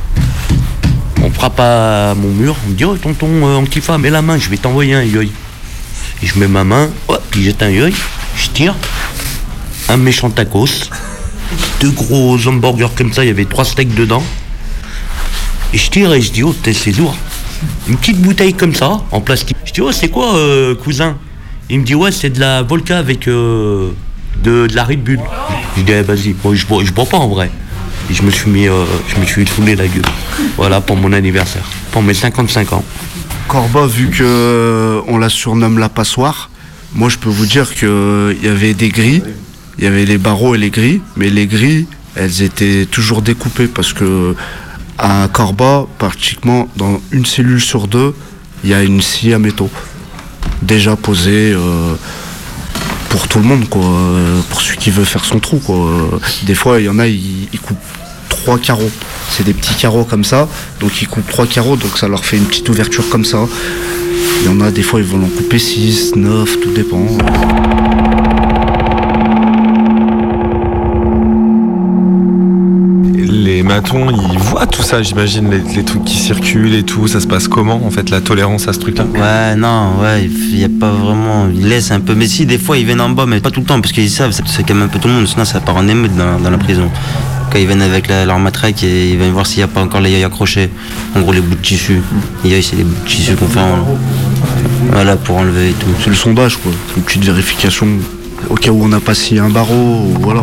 on frappe à mon mur, on me dit « Oh tonton, euh, Antifa, mets la main, je vais t'envoyer un yoï. » Et je mets ma main, hop, puis jette un yoï, je tire, un méchant tacos, deux gros hamburgers comme ça, il y avait trois steaks dedans. Et je tire et je dis « Oh, c'est lourd. » Une petite bouteille comme ça, en plastique. Je dis « Oh, c'est quoi, euh, cousin ?» Il me dit « Ouais, c'est de la vodka avec euh, de, de la Red Bull. » Je dis eh, « Vas-y, moi, je bois, je bois pas en vrai. » Et je me suis mis, euh, je me suis foulé la gueule. Voilà, pour mon anniversaire, pour mes cinquante-cinq ans. Corba, vu que euh, on la surnomme la passoire, moi je peux vous dire qu'il euh, y avait des grilles, il y avait les barreaux et les grilles, mais les grilles, elles étaient toujours découpées parce que à Corba, pratiquement dans une cellule sur deux, il y a une scie à métaux déjà posée. Euh, pour tout le monde, quoi, pour celui qui veut faire son trou, quoi. Des fois, il y en a, ils, ils coupent trois carreaux. C'est des petits carreaux comme ça, donc ils coupent trois carreaux, donc ça leur fait une petite ouverture comme ça. Il y en a, des fois, ils vont en couper six, neuf, tout dépend. Les matons, ils voient tout ça, j'imagine, les, les trucs qui circulent et tout. Ça se passe comment, en fait, la tolérance à ce truc-là? Ouais, non, ouais, il n'y a pas vraiment. Ils laissent un peu. Mais si, des fois, ils viennent en bas, mais pas tout le temps, parce qu'ils savent, c'est quand même un peu tout le monde, sinon ça part en émeute dans, dans la prison. Quand ils viennent avec la, leur matraque, et ils viennent voir s'il n'y a pas encore les yeux accrochés. En gros, les bouts de tissu. Les yeux, c'est les bouts de tissu qu'on fait en, voilà, pour enlever et tout. C'est le sondage, quoi. Une petite vérification au cas où on n'a pas scié un barreau, ou voilà.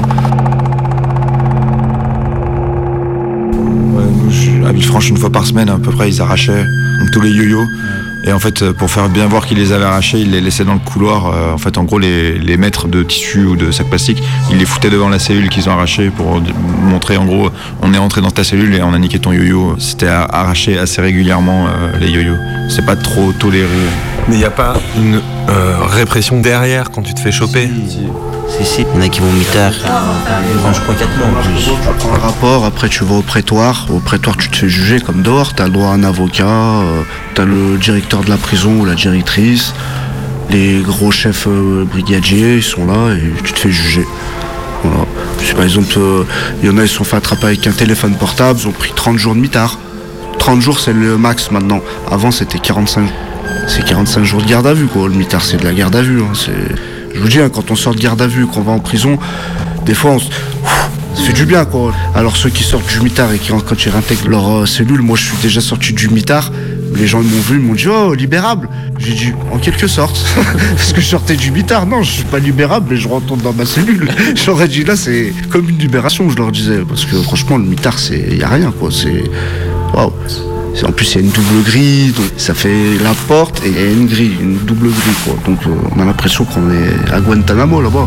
À Villefranche, une fois par semaine à peu près, ils arrachaient tous les yo-yo. Et en fait, pour faire bien voir qu'ils les avaient arrachés, ils les laissaient dans le couloir. En fait, en gros, les, les mètres de tissu ou de sac plastique, ils les foutaient devant la cellule qu'ils ont arrachée pour montrer, en gros, on est entré dans ta cellule et on a niqué ton yo-yo. C'était arraché assez régulièrement, euh, les yo-yo. C'est pas trop toléré. Mais il n'y a pas une euh, répression derrière quand tu te fais choper? Si, si, il y en a qui vont mitard. Je crois quatre mois en plus. Tu prends le rapport, après tu vas au prétoire. Au prétoire, tu te fais juger comme dehors. Tu as le droit à un avocat, euh, tu as le directeur de la prison ou la directrice. Les gros chefs euh, brigadiers, ils sont là et tu te fais juger. Voilà. Si par exemple, il euh, y en a, ils se sont fait attraper avec un téléphone portable, ils ont pris trente jours de mitard. trente jours, c'est le max maintenant. Avant, c'était quarante-cinq jours. C'est quarante-cinq jours de garde à vue, quoi. Le mitard, c'est de la garde à vue. Hein. C'est... Je vous dis, hein, quand on sort de garde à vue, qu'on va en prison, des fois, on se... ça fait du bien, quoi. Alors ceux qui sortent du mitard et qui, quand ils réintègrent leur euh, cellule, moi, je suis déjà sorti du mitard. Les gens ils m'ont vu, ils m'ont dit « Oh, libérable !» J'ai dit « En quelque sorte. » Parce que je sortais du mitard. Non, je suis pas libérable, mais je retourne dans ma cellule. J'aurais dit là, c'est comme une libération, je leur disais. Parce que franchement, le mitard, il n'y a rien, quoi. C'est... Waouh. En plus, il y a une double grille, donc ça fait la porte et il y a une grille, une double grille, quoi. Donc euh, on a l'impression qu'on est à Guantanamo, là-bas.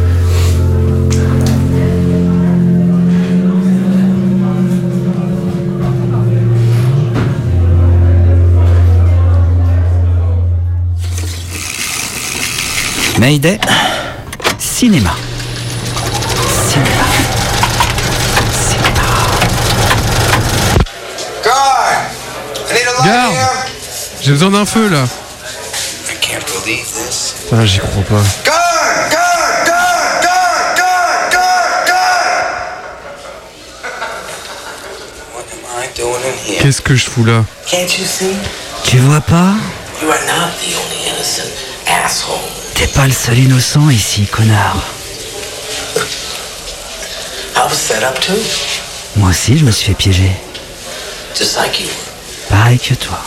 Mayday, cinéma. Cinéma. Garde! J'ai besoin d'un feu là. Ah, j'y crois pas. Qu'est-ce que je fous là? Tu vois pas? T'es pas le seul innocent ici, connard. Moi aussi, je me suis fait piéger. Pareil que toi.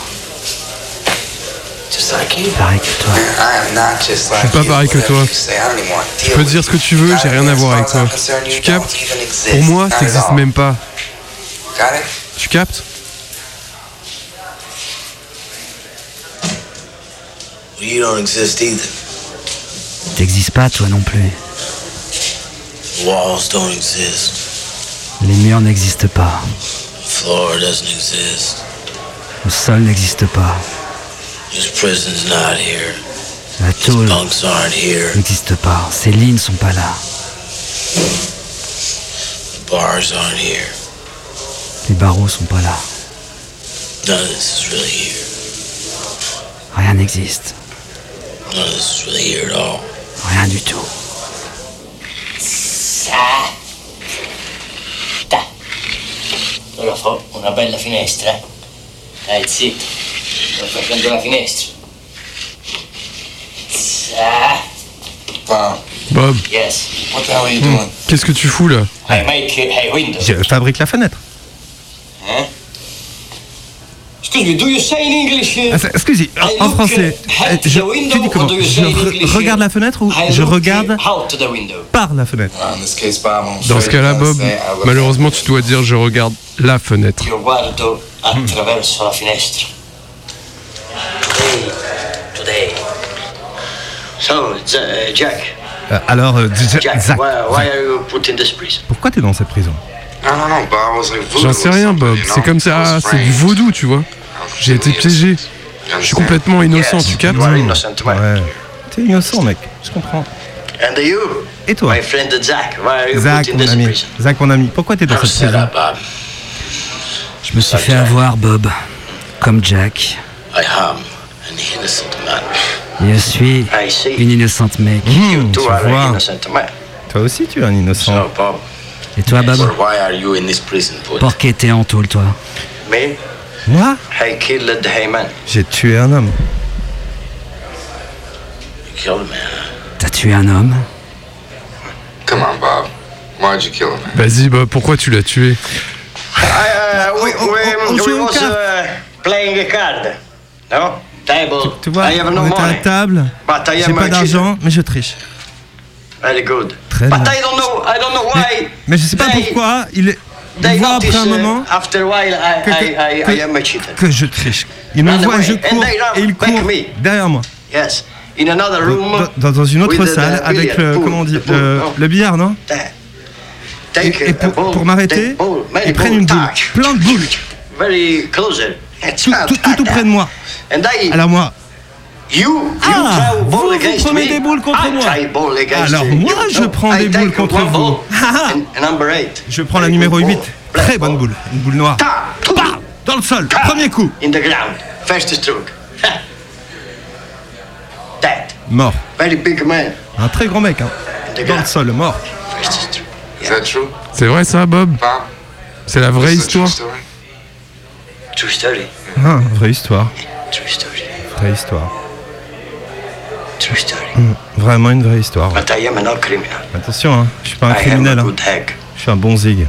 Pareil que toi. Je suis pas pareil que toi. Tu peux dire ce que tu veux, j'ai rien à voir avec toi. Tu captes? Pour moi, t'existes même pas. Tu captes? T'existes pas, toi non plus. Les murs n'existent pas. Le sol n'existe pas. La tôle n'existe pas. Ces lits ne sont pas là. Les barreaux sont pas là. Rien n'existe. Rien du tout. Ora fa una bella finestra. Dai, zitto. Sto facendo la finestra. Bob. Yes. What the hell are you doing? Qu'est-ce que tu fous là? I make a window. Je fabrique la fenêtre. Hein? Excuse me, do you say in English? Ah, excusez, en, en français, euh, je, tu dis comment? Je re- regarde la fenêtre ou je regarde par la fenêtre? Dans ce cas-là, Bob, malheureusement, tu dois dire je regarde la fenêtre. Io guardo attraverso la finestra. Today, today. So, Z- Jack. Euh, alors, euh, Jack, Jack, why, why are you put in this prison? pourquoi t'es dans cette prison? J'en sais rien, Bob. C'est comme ça, c'est du vaudou, tu vois. J'ai été piégé. Je suis complètement innocent, tu captes? Ouais. T'es innocent, mec. Je comprends. And you? Et toi? My friend Zach, why are you Zach, put in mon this ami. prison? Zach, mon ami. Pourquoi t'es dans cette prison? Je me suis fait avoir, Bob. Comme Jack. I am an innocent man. Je suis une innocente mec. You tu too are vois. an innocent man. Toi aussi, tu es un innocent. So, Bob. Et toi, Bob? Or why are you in this prison, Bob? Pourquoi t'es en tôle, toi? Me? Moi? I killed Heyman. J'ai tué un homme. You killed me. T'as tué un homme? Come on, Bob. Why'd you kill him? Vas-y, Bob, pourquoi tu l'as tué? I, uh, we we, we was uh, playing a card. No? Table. Tu vois, I have no on était à money. table. But I J'ai am pas a d'argent, mais je triche. Very good. Très But bien. I don't know. I don't know why. Mais je sais pas they, pourquoi il, est, They il voit notice, après un uh, moment after a while, I, que, I, I, que, I am a cheater. que je triche. Il me Run voit, away. je And cours they run et il back court me. derrière moi. Yes. In another room. Dans, dans une autre with the- salle the avec billiard le, pool, comment on dit, the pool, le, no? le billard, non? Take Et, et a pour, ball, pour m'arrêter, take ball, many ils prennent ball, une boule, touch. plein de boules, Very closer. tout, tout, tout, tout près de moi. And I, Alors moi, you, you ah, throw vous, ball vous against prenez me. des boules contre I moi. try ball against Alors you. moi, je No, prends I des take boules contre one vous. ball and number eight. Je prends la Very numéro good huit, ball. très bonne boule, une boule noire. Bah, dans le sol, premier coup, In the ground. First stroke. Dead. mort. Very big man. Un très grand mec, hein. Dans le sol, mort. First stroke. Is that true? C'est vrai ça, Bob? C'est la vraie Is that a true histoire? story? True story. Ah, vraie histoire, True story. vraie histoire. True story. Hum, Vraiment une vraie histoire. But I am not criminal. Attention, hein, je suis pas un I am criminel, a hein. good hack. Je suis un bon zig.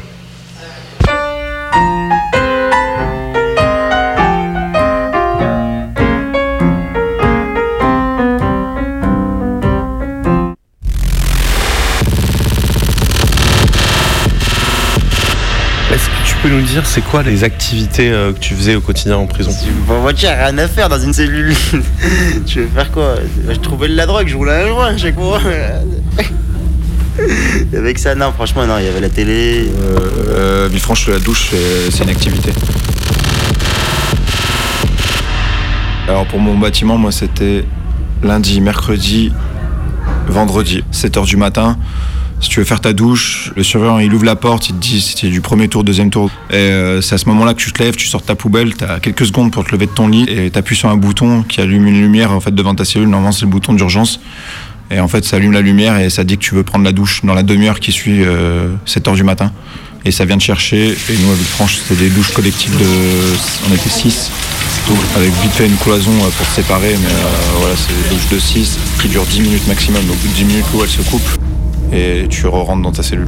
Est-ce que tu peux nous dire c'est quoi les activités euh, que tu faisais au quotidien en prison? Bon, moi, tu rien à faire dans une cellule. Tu veux faire quoi? Je trouvais de la drogue, je roulais à la joie à chaque fois. Avec ça, non, franchement, non, il y avait la télé. Euh, euh, Villefranche, la douche, c'est, c'est une activité. Alors pour mon bâtiment, moi c'était lundi, mercredi, vendredi, sept heures du matin. Si tu veux faire ta douche, le surveillant il ouvre la porte, il te dit si c'est du premier tour, deuxième tour. Et euh, c'est à ce moment-là que tu te lèves, tu sors ta poubelle, t'as quelques secondes pour te lever de ton lit et t'appuies sur un bouton qui allume une lumière en fait devant ta cellule. Normalement c'est le bouton d'urgence. Et en fait ça allume la lumière et ça dit que tu veux prendre la douche dans la demi-heure qui suit euh, sept heures du matin. Et ça vient de chercher, et nous à Villefranche c'était des douches collectives de... on était six, avec vite fait une cloison pour se séparer, mais euh, voilà, c'est des douches de six qui durent dix minutes maximum. Au bout de dix minutes, l'eau elle se coupe et tu re-rentres dans ta cellule.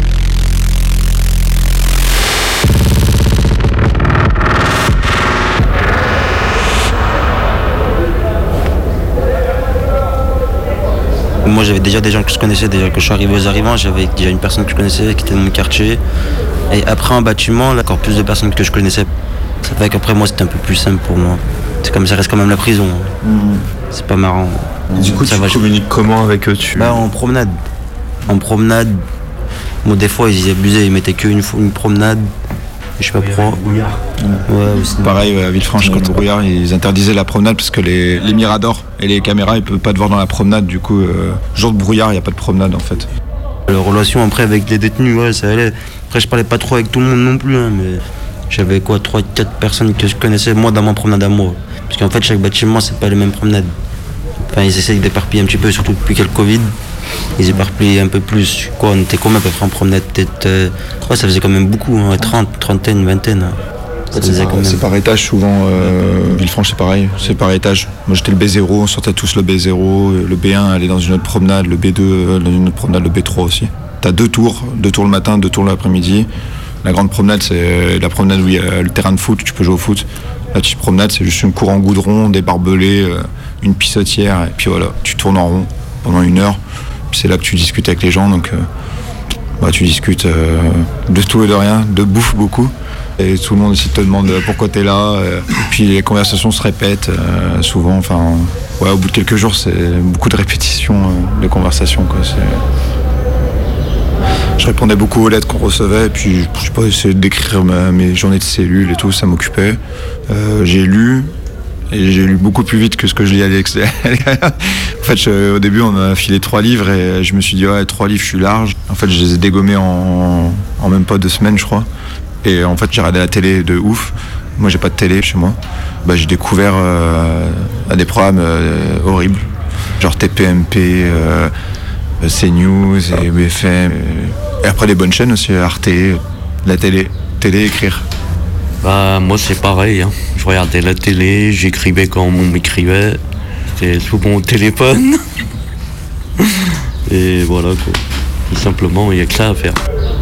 Moi j'avais déjà des gens que je connaissais, déjà que je suis arrivé aux arrivants, j'avais déjà une personne que je connaissais qui était dans mon quartier. Et après en bâtiment, là, encore plus de personnes que je connaissais. Ça fait qu'après moi c'était un peu plus simple pour moi. C'est comme ça reste quand même la prison. Mmh. C'est pas marrant. Et du coup ça tu va, communiques je... comment avec eux tu... Bah en promenade. En promenade. Moi des fois ils abusaient, ils mettaient qu'une une promenade. Je sais pas pourquoi. Ouais, aussi. Pareil à Villefranche, quand au brouillard, ils interdisaient la promenade parce que les, les miradors et les caméras ils peuvent pas te voir dans la promenade. Du coup, euh, jour de brouillard, il n'y a pas de promenade en fait. La relation après avec les détenus, ouais, ça allait. Après, je parlais pas trop avec tout le monde non plus, hein, mais j'avais quoi, trois quatre personnes que je connaissais, moi, dans ma promenade à moi. Parce qu'en fait, chaque bâtiment, c'est pas les mêmes promenades. Enfin, ils essayent d'éparpiller un petit peu, surtout depuis qu'il y a le Covid. Ils éparpillent un peu plus. Quoi, on était combien à peu près en promenade? Peut-être. Euh, ouais, ça faisait quand même beaucoup, hein, trente, trentaine, vingtaine. Hein. Ça c'est, par, c'est par étage souvent. Euh, Villefranche, c'est pareil, c'est par étage. Moi, j'étais le B zéro, on sortait tous le B zéro. Le B un allait dans une autre promenade, le B deux dans une autre promenade, le B trois aussi. T'as deux tours, deux tours le matin, deux tours l'après-midi. La grande promenade, c'est la promenade où il y a le terrain de foot, tu peux jouer au foot. La petite promenade, c'est juste une cour en goudron, des barbelés, une pissotière, et puis voilà, tu tournes en rond pendant une heure. Puis c'est là que tu discutes avec les gens, donc euh, bah, tu discutes euh, de tout et de rien, de bouffe beaucoup. Et tout le monde aussi te demande pourquoi t'es là. Euh, et puis les conversations se répètent euh, souvent. Enfin, ouais, au bout de quelques jours, c'est beaucoup de répétitions euh, de conversations, quoi. C'est... Je répondais beaucoup aux lettres qu'on recevait, et puis je sais pas, essayer d'écrire ma, mes journées de cellules et tout, ça m'occupait. Euh, j'ai lu. Et j'ai lu beaucoup plus vite que ce que je lis à l'extérieur. En fait, je, au début, on m'a filé trois livres et je me suis dit, ouais, trois livres, je suis large. En fait, je les ai dégommés en, en même pas deux semaines, je crois. Et en fait, j'ai regardé la télé de ouf. Moi, j'ai pas de télé chez moi. Bah, j'ai découvert euh, des programmes euh, horribles, genre T P M P, euh, CNews et B F M. Et après, les bonnes chaînes aussi, Arte, la télé, télé, écrire. Bah moi c'est pareil, hein. Je regardais la télé, j'écrivais quand on m'écrivait, c'était souvent au téléphone. Et voilà quoi, tout simplement il n'y a que ça à faire.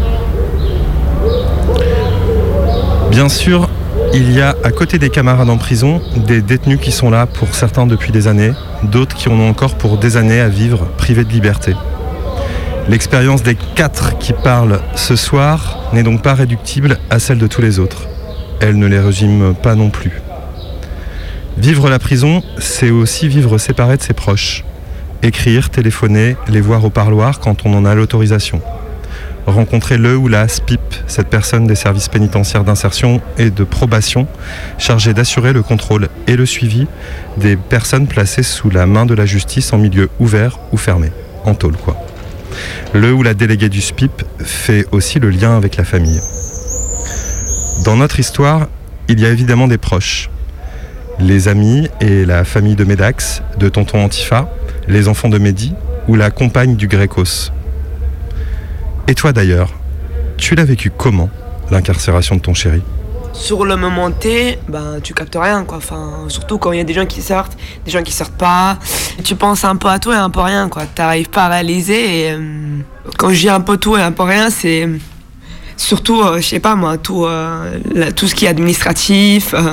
Bien sûr, il y a à côté des camarades en prison, des détenus qui sont là pour certains depuis des années, d'autres qui en ont encore pour des années à vivre privés de liberté. L'expérience des quatre qui parlent ce soir n'est donc pas réductible à celle de tous les autres. Elle ne les résume pas non plus. Vivre la prison, c'est aussi vivre séparé de ses proches. Écrire, téléphoner, les voir au parloir quand on en a l'autorisation. Rencontrer le ou la S P I P, cette personne des services pénitentiaires d'insertion et de probation, chargée d'assurer le contrôle et le suivi des personnes placées sous la main de la justice en milieu ouvert ou fermé, en tôle quoi. Le ou la déléguée du S P I P fait aussi le lien avec la famille. Dans notre histoire, il y a évidemment des proches. Les amis et la famille de Médax, de tonton Antifa, les enfants de Mehdi ou la compagne du Grécos. Et toi d'ailleurs, tu l'as vécu comment, l'incarcération de ton chéri ? Sur le moment T, ben, tu captes rien, quoi. Enfin, surtout quand il y a des gens qui sortent, des gens qui sortent pas. Tu penses un peu à tout et un peu à rien, quoi. T'arrives pas à réaliser et... Euh, quand je dis un peu tout et un peu rien, c'est... Surtout, euh, je sais pas moi, tout, euh, la, tout ce qui est administratif, euh,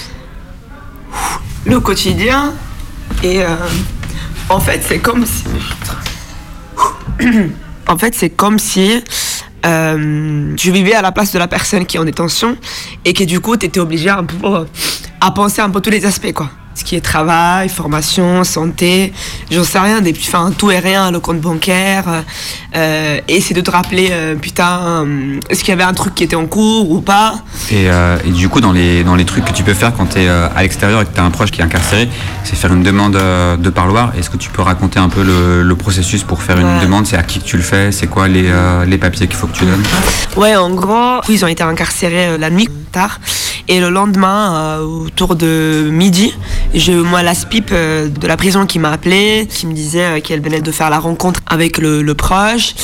le quotidien. Et euh, en fait, c'est comme si... en fait, c'est comme si euh, je vivais à la place de la personne qui est en détention et que du coup, t'étais obligé un peu euh, à penser un peu tous les aspects, quoi. Ce qui est travail, formation, santé, j'en sais rien, des, enfin, tout et rien, le compte bancaire, euh, et c'est de te rappeler, euh, putain, euh, est-ce qu'il y avait un truc qui était en cours ou pas ? Et, euh, et du coup, dans les, dans les trucs que tu peux faire quand tu es euh, à l'extérieur et que tu as un proche qui est incarcéré, c'est faire une demande euh, de parloir. Est-ce que tu peux raconter un peu le, le processus pour faire une ouais. demande ? C'est à qui que tu le fais ? C'est quoi les, euh, les papiers qu'il faut que tu donnes ? Ouais, en gros, ils ont été incarcérés euh, la nuit, tard, et le lendemain, euh, autour de midi, j'ai eu moi la S P I P euh, de la prison qui m'a appelé, qui me disait euh, qu'elle venait de faire la rencontre avec le, le proche,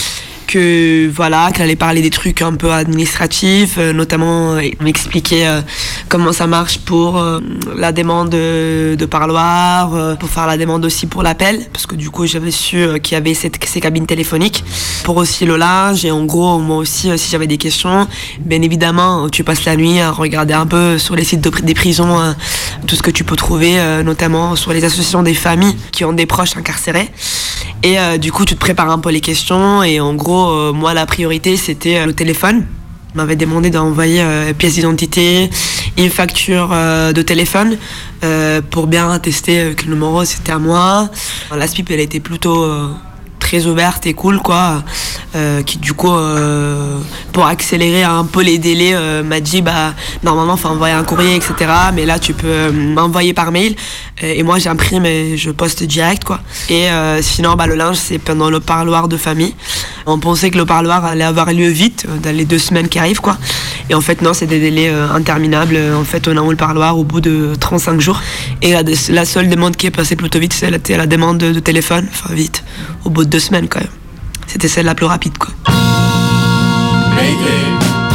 que voilà, qu'elle allait parler des trucs un peu administratifs, euh, notamment euh, m'expliquer euh, comment ça marche pour euh, la demande de, de parloir, euh, pour faire la demande aussi pour l'appel, parce que du coup j'avais su euh, qu'il y avait cette, ces cabines téléphoniques, pour aussi le linge, et en gros moi aussi euh, si j'avais des questions, bien évidemment tu passes la nuit à regarder un peu sur les sites de, des prisons euh, tout ce que tu peux trouver, euh, notamment sur les associations des familles qui ont des proches incarcérés, et euh, du coup tu te prépares un peu les questions, et en gros Euh, moi la priorité c'était euh, le téléphone. On m'avait demandé d'envoyer euh, pièce d'identité, une facture euh, de téléphone euh, pour bien attester que le numéro c'était à moi. La S P I P elle était plutôt euh, très ouverte et cool quoi, euh, qui du coup euh, pour accélérer un peu les délais euh, m'a dit bah normalement faut envoyer un courrier etc, mais là tu peux euh, m'envoyer par mail, et moi j'imprime et je poste direct quoi. Et euh, sinon bah le linge c'est pendant le parloir de famille. On pensait que le parloir allait avoir lieu vite dans les deux semaines qui arrivent quoi, et en fait non, c'est des délais euh, interminables. En fait on a eu le parloir au bout de trente-cinq jours, et la, la seule demande qui est passée plutôt vite c'est la, la demande de, de téléphone, enfin vite au bout de deux semaines quand même. C'était celle la plus rapide quoi. Mayday.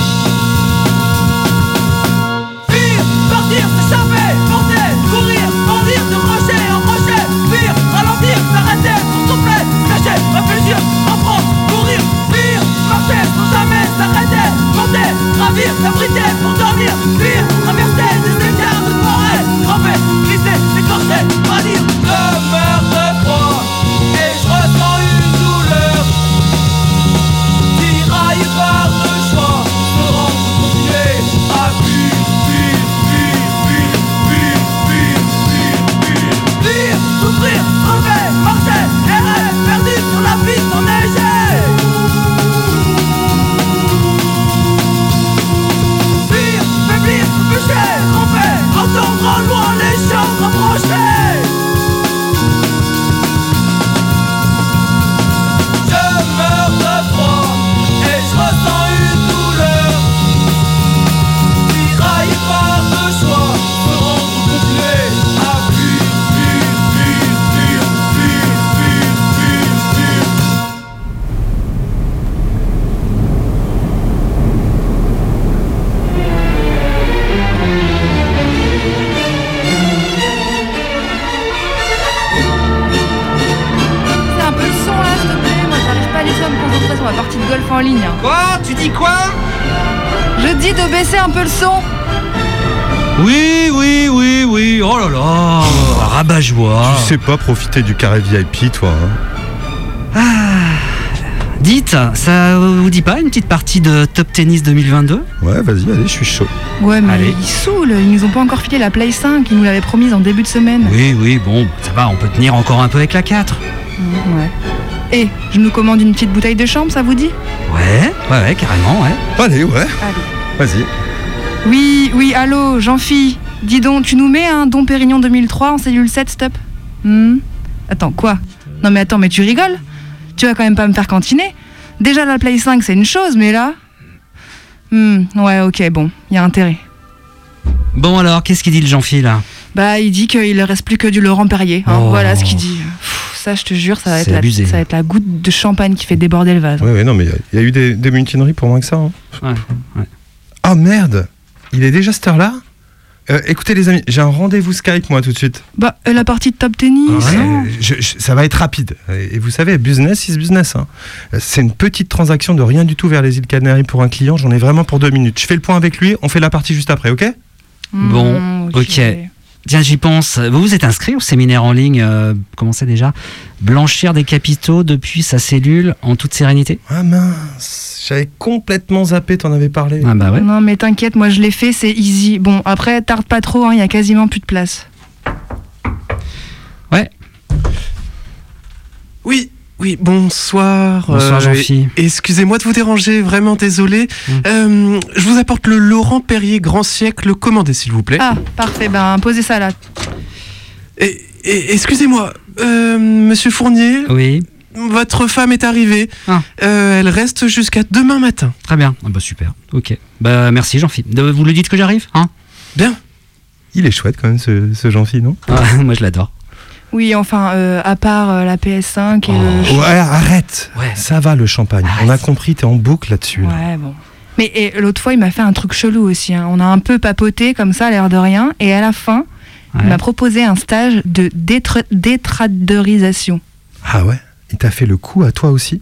Fuir, partir, s'échapper, monter, courir, bondir de rocher en rocher. Fuir, ralentir, s'arrêter, pour souffler, cacher, réfléchir, reprendre, courir. Fuir, marcher sans jamais s'arrêter, monter, gravir, s'abriter pour dormir. Fuir, traverser des écarts de forêt, grimper, glisser, écorcher, pâlir. Je meurs de froid et je ressens une douleur. Tiraille par le choix, me rendre continuer à fuir, fuir, fuir, fuir, fuir, fuir, fuir, fuir. Fuir, souffrir, relever, marcher, errer, perdu sur la piste enneigée. Fuir, faiblir, bûcher, ramper, entendre en loin les chants rapprochés. Je meurs de froid et je ressens une douleur. Tiraillé par le choix, me rendre continuer à fuir, fuir, fuir, fuir, fuir, fuir, fuir, fuir. C'est un peu le son là, s'il te plaît. Moi, j'arrive pas du tout à me concentrer sur ma partie de golf en ligne. hein. Quoi? Tu dis quoi? Je dis de baisser un peu le son. Oui, oui, oui, oui. Oh là là, rabat-joie. Tu sais pas profiter du carré V I P, toi. Hein. Dites, ça vous dit pas une petite partie de Top Tennis deux mille vingt-deux? Ouais, vas-y, allez, je suis chaud. Ouais, mais Allez. ils saoulent. Ils nous ont pas encore filé la Play cinq. Ils nous l'avaient promise en début de semaine. Oui, oui, bon, ça va, on peut tenir encore un peu avec la quatre. Mmh, ouais. Et je nous commande une petite bouteille de chambre, ça vous dit? Ouais, ouais, ouais, carrément, ouais. Allez, ouais. Allez. Vas-y. Oui, oui, allô, Jean-Phi. Dis donc, tu nous mets un Dom Pérignon deux mille trois en cellule sept, stop. Hmm. Attends, quoi? Non mais attends, mais tu rigoles? Tu vas quand même pas me faire cantiner? Déjà la Play cinq c'est une chose, mais là... Hmm, ouais, ok, bon, y a intérêt. Bon alors, qu'est-ce qu'il dit le Jean-Phi là? Bah, il dit qu'il reste plus que du Laurent Perrier, hein, Oh. voilà ce qu'il dit. Pff, ça, je te jure, ça va, être C'est la, abusé. ça va être la goutte de champagne qui fait déborder le vase. Ouais, ouais, non, mais il y, y a eu des, des mutineries pour moins que ça. Hein. Ouais, ouais. Ah merde, il est déjà cette heure-là. Euh, écoutez les amis, j'ai un rendez-vous Skype moi tout de suite. Bah, euh, la partie de top tennis. Ouais, non je- je- ça va être rapide. Et vous savez, business is business. Hein. C'est une petite transaction de rien du tout vers les îles Canaries pour un client. J'en ai vraiment pour deux minutes. Je fais le point avec lui, on fait la partie juste après, ok? Bon, ok. ok. Tiens, j'y pense. Vous vous êtes inscrit au séminaire en ligne, euh, comment c'est déjà? Blanchir des capitaux depuis sa cellule en toute sérénité? Ah mince, j'avais complètement zappé, t'en avais parlé. Ah bah ouais. Non mais t'inquiète, moi je l'ai fait, c'est easy. Bon, après, tarde pas trop, il y a quasiment plus de place. Ouais. Oui, oui, bonsoir. Bonsoir, Jean-Phi. Excusez-moi de vous déranger, vraiment désolé. Mm. Euh, je vous apporte le Laurent Perrier Grand Siècle commandé, s'il vous plaît. Ah, parfait, ben posez ça là. Et, et- excusez-moi, euh, monsieur Fournier, Oui, votre femme est arrivée. Ah. Euh, elle reste jusqu'à demain matin. très bien. Ah bah super, ok. Bah merci Jean-Phi. De- Vous le dites que j'arrive, hein? Bien. Il est chouette quand même ce, ce Jean-Phi, non? Ah, moi je l'adore. Oui, enfin, euh, à part euh, la P S cinq et oh. le... Ouais, arrête. Ouais. Ça va le champagne. Arrête. On a compris, t'es en boucle là-dessus. Là. Ouais, bon. Mais et, l'autre fois, il m'a fait un truc chelou aussi. Hein. On a un peu papoté comme ça, à l'air de rien. Et à la fin, ouais. il m'a proposé un stage de détra- détraderisation. Ah ouais? Il t'a fait le coup à toi aussi?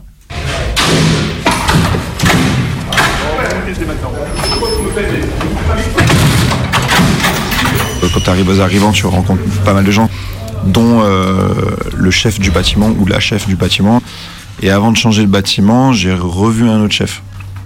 Quand tu arrives aux arrivants, tu rencontres pas mal de gens, dont euh, le chef du bâtiment ou la chef du bâtiment. Et avant de changer le bâtiment, j'ai revu un autre chef.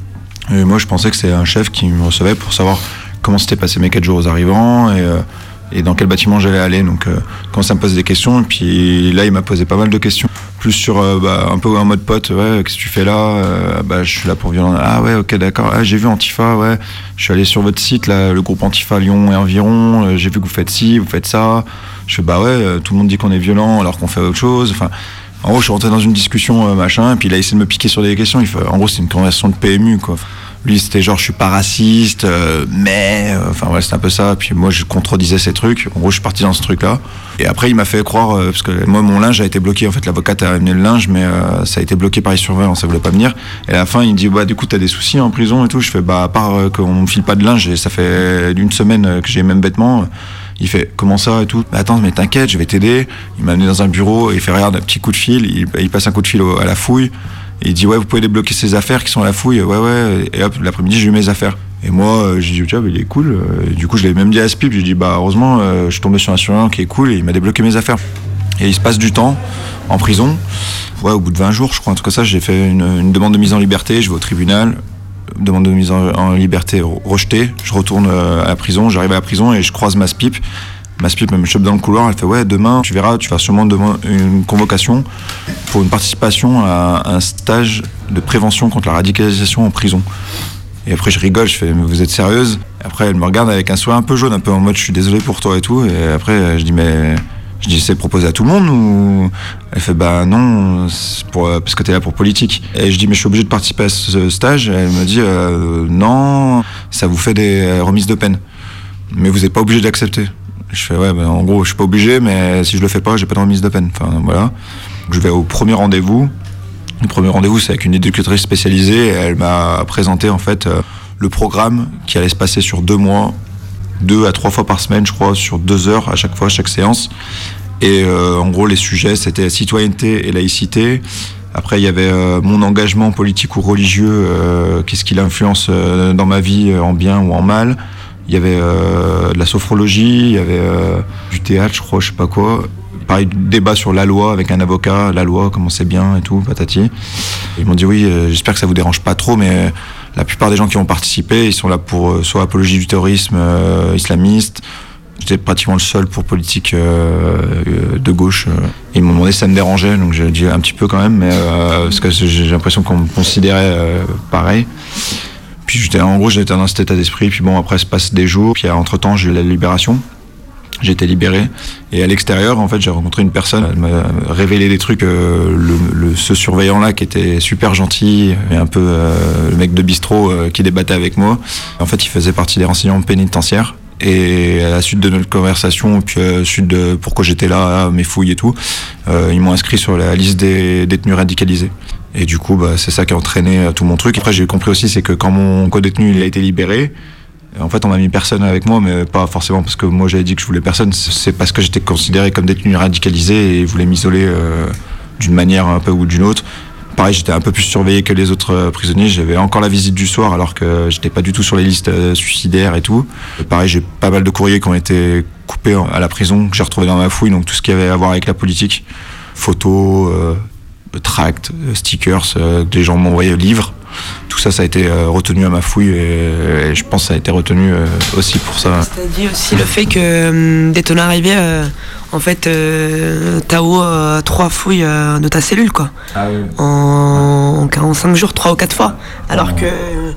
Et moi, je pensais que c'était un chef qui me recevait pour savoir comment s'étaient passés mes quatre jours aux arrivants et, euh, et dans quel bâtiment j'allais aller. Donc, euh, quand ça me posait des questions, et puis là, il m'a posé pas mal de questions. Plus sur euh, bah, un peu en mode pote, ouais, qu'est-ce que tu fais là? euh, bah, Je suis là pour violence. Ah ouais, ok, d'accord. Ah, j'ai vu Antifa, ouais. Je suis allé sur votre site, là, le groupe Antifa Lyon et environ. Euh, j'ai vu que vous faites ci, vous faites ça. Je fais, bah ouais, euh, tout le monde dit qu'on est violent alors qu'on fait autre chose. Enfin, en gros, je suis rentré dans une discussion, euh, machin, et puis il a essayé de me piquer sur des questions. Il fait, en gros, c'est une conversation de P M U, quoi. Lui, c'était genre, je suis pas raciste, euh, mais... Euh, enfin, ouais, c'était un peu ça. Puis moi, je contredisais ces trucs. En gros, je suis parti dans ce truc-là. Et après, il m'a fait croire... Euh, parce que moi, mon linge a été bloqué. En fait, l'avocate a amené le linge, mais euh, ça a été bloqué par les surveillants. Ça voulait pas venir. Et à la fin, il me dit, bah, du coup, t'as des soucis en prison et tout. Je fais, bah, à part euh, qu'on me file pas de linge, et ça fait une semaine que j'ai les mêmes vêtements... Il fait, comment ça et tout? Bah, attends, mais t'inquiète, je vais t'aider. Il m'a amené dans un bureau, il fait, regarde, un petit coup de fil. Il, il passe un coup de fil au, à la fouille. Et il dit, ouais, vous pouvez débloquer ces affaires qui sont à la fouille. Ouais, ouais. Et hop, l'après-midi, j'ai eu mes affaires. Et moi, j'ai dit, tiens, il est cool. Et du coup, je l'avais même dit à Spip. J'ai dit, bah, heureusement, je suis tombé sur un surveillant qui est cool et il m'a débloqué mes affaires. Et il se passe du temps en prison. Ouais, au bout de vingt jours, je crois, en tout cas, ça, j'ai fait une, une demande de mise en liberté. Je vais au tribunal. Demande de mise en, en liberté rejetée. Je retourne à la prison. J'arrive à la prison et je croise ma Spip. Ma Spip me chope dans le couloir, elle fait ouais, demain tu verras, tu vas sûrement demander une convocation pour une participation à un stage de prévention contre la radicalisation en prison. Et après je rigole, je fais mais vous êtes sérieuse? Et après elle me regarde avec un sourire un peu jaune, un peu en mode je suis désolé pour toi et tout. Et après je dis mais je dis c'est proposé à tout le monde ou? Elle fait bah non, c'est pour, parce que t'es là pour politique. Et je dis mais je suis obligé de participer à ce stage. Et elle me dit euh, non, ça vous fait des remises de peine, mais vous n'êtes pas obligé d'accepter. Je fais ouais, ben en gros, je suis pas obligé, mais si je le fais pas, j'ai pas de remise de peine. Enfin voilà. Je vais au premier rendez-vous. Le premier rendez-vous, c'est avec une éducatrice spécialisée. Et elle m'a présenté en fait euh, le programme qui allait se passer sur deux mois, deux à trois fois par semaine, je crois, sur deux heures à chaque fois, chaque séance. Et euh, en gros, les sujets, c'était citoyenneté et laïcité. Après, il y avait euh, mon engagement politique ou religieux, euh, qu'est-ce qu'il influence euh, dans ma vie, euh, en bien ou en mal. Il y avait euh, de la sophrologie, il y avait euh, du théâtre, je crois, je sais pas quoi. Pareil, débat sur la loi avec un avocat, la loi, comment c'est bien et tout, patati. Ils m'ont dit oui, euh, j'espère que ça vous dérange pas trop, mais la plupart des gens qui ont participé, ils sont là pour euh, soit apologie du terrorisme euh, islamiste. J'étais pratiquement le seul pour politique euh, de gauche. Ils m'ont demandé si ça me dérangeait, donc j'ai dit un petit peu quand même, mais euh, parce que j'ai l'impression qu'on me considérait euh, pareil. Puis j'étais, en gros, j'étais dans cet état d'esprit. Puis bon, après, se passe des jours. Puis entre-temps, j'ai eu la libération. J'ai été libéré. Et à l'extérieur, en fait, j'ai rencontré une personne. Elle m'a révélé des trucs. Euh, le, le, ce surveillant-là, qui était super gentil, et un peu euh, le mec de bistrot euh, qui débattait avec moi. En fait, il faisait partie des renseignements pénitentiaires. Et à la suite de notre conversation, puis à la suite de pourquoi j'étais là, mes fouilles et tout, euh, ils m'ont inscrit sur la liste des détenus radicalisés. Et du coup, bah, c'est ça qui a entraîné tout mon truc. Après, j'ai compris aussi, c'est que quand mon co-détenu il a été libéré, en fait, on m'a mis personne avec moi, mais pas forcément parce que moi j'avais dit que je voulais personne. C'est parce que j'étais considéré comme détenu radicalisé et ils voulaient m'isoler euh, d'une manière un peu ou d'une autre. Pareil, j'étais un peu plus surveillé que les autres prisonniers. J'avais encore la visite du soir alors que j'étais pas du tout sur les listes suicidaires et tout. Et pareil, j'ai pas mal de courriers qui ont été coupés à la prison, que j'ai retrouvé dans ma fouille, donc tout ce qui avait à voir avec la politique, photos, euh, tracts, stickers, euh, que les gens m'envoyaient, livres. Tout ça, ça a été euh, retenu à ma fouille et, et je pense que ça a été retenu euh, aussi pour ça. C'est-à-dire aussi le fait que euh, dès ton arrivée, euh, en fait, euh, t'as eu euh, trois fouilles euh, de ta cellule, quoi. Ah oui. En, en quarante-cinq jours, trois ou quatre fois. Alors que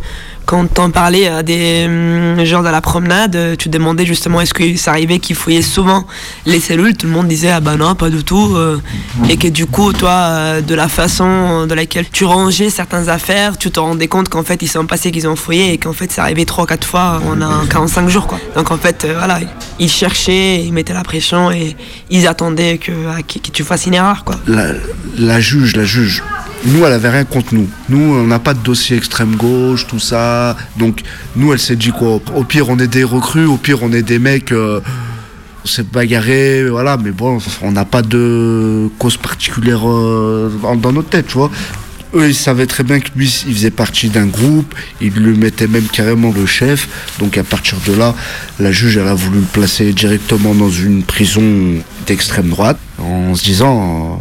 Quand t'en parlais à des hum, gens dans la promenade, tu demandais justement est-ce que ça arrivait qu'ils fouillaient souvent les cellules. Tout le monde disait ah bah non, pas du tout. Euh, et que du coup, toi, euh, de la façon de laquelle tu rangeais certaines affaires, tu te rendais compte qu'en fait, ils sont passés qu'ils ont fouillé et qu'en fait, ça arrivait trois quatre fois en un quarante-cinq jours, quoi. Donc en fait, euh, voilà, ils cherchaient, ils mettaient la pression et ils attendaient que, à, que, que tu fasses une erreur, quoi. La, la juge, la juge. Nous, elle avait rien contre nous. Nous, on n'a pas de dossier extrême gauche, tout ça. Donc, nous, elle s'est dit quoi ? Au pire, on est des recrues. Au pire, on est des mecs. Euh, on s'est bagarré, voilà. Mais bon, on n'a pas de cause particulière euh, dans, dans notre tête, tu vois. Eux, ils savaient très bien que lui, il faisait partie d'un groupe. Ils lui mettaient même carrément le chef. Donc, à partir de là, la juge, elle a voulu le placer directement dans une prison d'extrême droite, en se disant. Euh,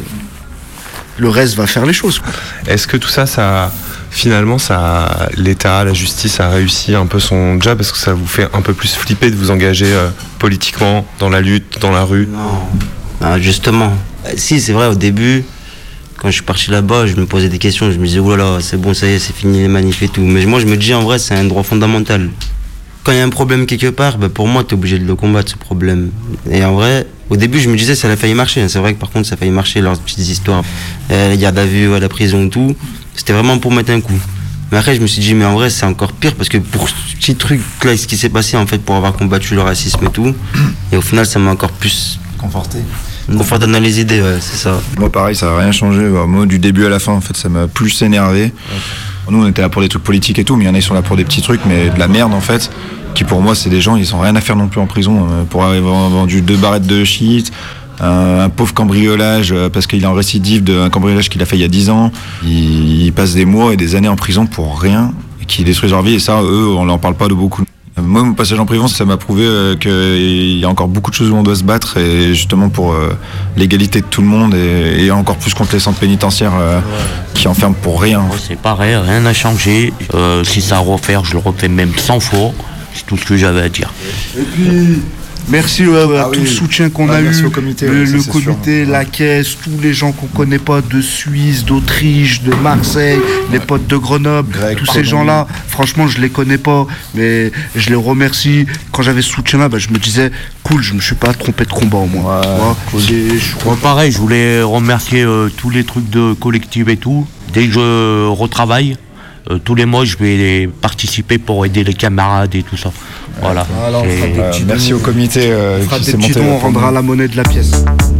le reste va faire les choses, quoi. Est-ce que tout ça, ça finalement, ça, l'État, la justice a réussi un peu son job? Est-ce que ça vous fait un peu plus flipper de vous engager euh, politiquement dans la lutte, dans la rue? Non, ah, justement. Si, c'est vrai, au début, quand je suis parti là-bas, je me posais des questions. Je me disais, oh là là, c'est bon, ça y est, c'est fini les manifs et tout. Mais moi, je me dis, en vrai, c'est un droit fondamental. Quand il y a un problème quelque part, bah, pour moi, tu es obligé de le combattre, ce problème. Et en vrai, au début, je me disais, ça a failli marcher. C'est vrai que par contre, ça a failli marcher, leurs petites histoires, euh, la garde à vue, la prison et tout. C'était vraiment pour mettre un coup. Mais après, je me suis dit, mais en vrai, c'est encore pire parce que pour ce petit truc-là, ce qui s'est passé, en fait, pour avoir combattu le racisme et tout, et au final, ça m'a encore plus conforté. Conforté dans les idées, ouais, c'est ça. Moi, pareil, ça n'a rien changé. Moi, du début à la fin, en fait, ça m'a plus énervé. Okay. Nous, on était là pour des trucs politiques et tout, mais il y en a qui sont là pour des petits trucs, mais de la merde, en fait. Qui pour moi, c'est des gens, ils ont rien à faire non plus en prison. Euh, pour avoir vendu deux barrettes de shit, un, un pauvre cambriolage, euh, parce qu'il est en récidive d'un cambriolage qu'il a fait il y a dix ans. Ils, ils passent des mois et des années en prison pour rien, et qui détruisent leur vie, et ça, eux, on leur parle pas de beaucoup. Moi, mon passage en prison, ça m'a prouvé euh, qu'il y a encore beaucoup de choses où on doit se battre, et justement pour euh, l'égalité de tout le monde, et, et encore plus contre les centres pénitentiaires euh, ouais. qui enferment pour rien. Ouais, c'est pareil, rien n'a changé. Euh, si ça à refaire, je le refais même cent fois. C'est tout ce que j'avais à dire. Et puis, merci ouais, ouais, à ah tout oui. le soutien qu'on ah, a eu, comité, le, ouais, ça, le comité, sûr. La caisse, tous les gens qu'on connaît pas de Suisse, d'Autriche, de Marseille, ouais. les potes de Grenoble, Grec, tous ces gens-là, franchement, je les connais pas, mais je les remercie. Quand j'avais ce soutien-là, bah, je me disais, cool, je me suis pas trompé de combat au moins. Ouais, cool. je... ouais, pareil, je voulais remercier euh, tous les trucs de collectif et tout. Dès que je retravaille, Euh, tous les mois, je vais participer pour aider les camarades et tout ça. Voilà. Alors, et... euh, merci au comité euh, on fera qui des s'est monté. Dons, on rendra la monnaie de la pièce.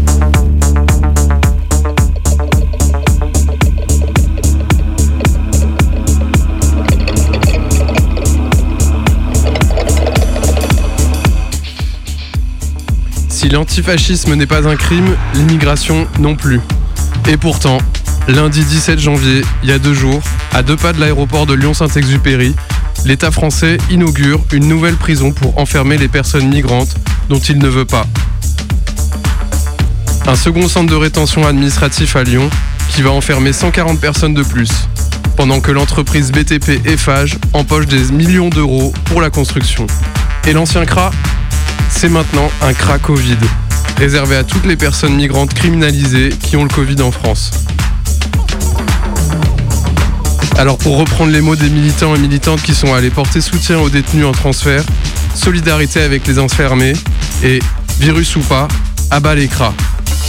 Si l'antifascisme n'est pas un crime, l'immigration non plus. Et pourtant, lundi dix-sept janvier, il y a deux jours, à deux pas de l'aéroport de Lyon-Saint-Exupéry, l'État français inaugure une nouvelle prison pour enfermer les personnes migrantes dont il ne veut pas. Un second centre de rétention administratif à Lyon qui va enfermer cent quarante personnes de plus, pendant que l'entreprise B T P Eiffage empoche des millions d'euros pour la construction. Et l'ancien C R A, c'est maintenant un C R A Covid, réservé à toutes les personnes migrantes criminalisées qui ont le Covid en France. Alors pour reprendre les mots des militants et militantes qui sont allés porter soutien aux détenus en transfert, solidarité avec les enfermés et, virus ou pas, à bas les C R A.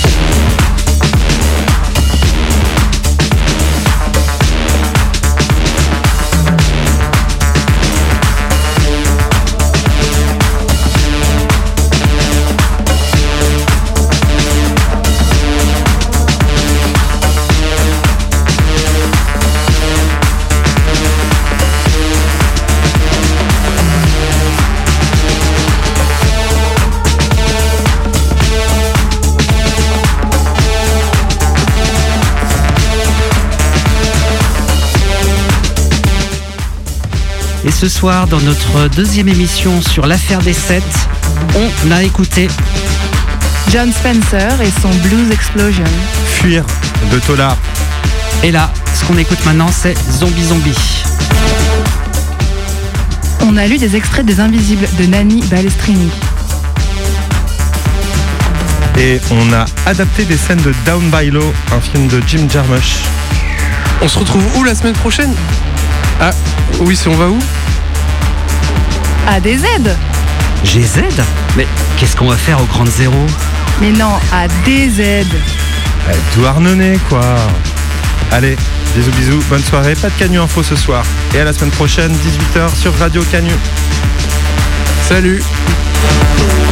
Et ce soir, dans notre deuxième émission sur l'affaire des sept, on a écouté John Spencer et son Blues Explosion. Fuir de Tola. Et là, ce qu'on écoute maintenant, c'est Zombie Zombie. On a lu des extraits des Invisibles de Nanni Balestrini. Et on a adapté des scènes de Down by Law, un film de Jim Jarmusch. On se retrouve où la semaine prochaine ? Ah, oui, si on va où? A D Z. G Z? Mais qu'est-ce qu'on va faire au Grand Zéro? Mais non, A D Z. Ouais, Douarnenez, quoi. Allez, bisous, bisous, bonne soirée. Pas de Canu Info ce soir. Et à la semaine prochaine, dix-huit heures sur Radio Canu. Salut.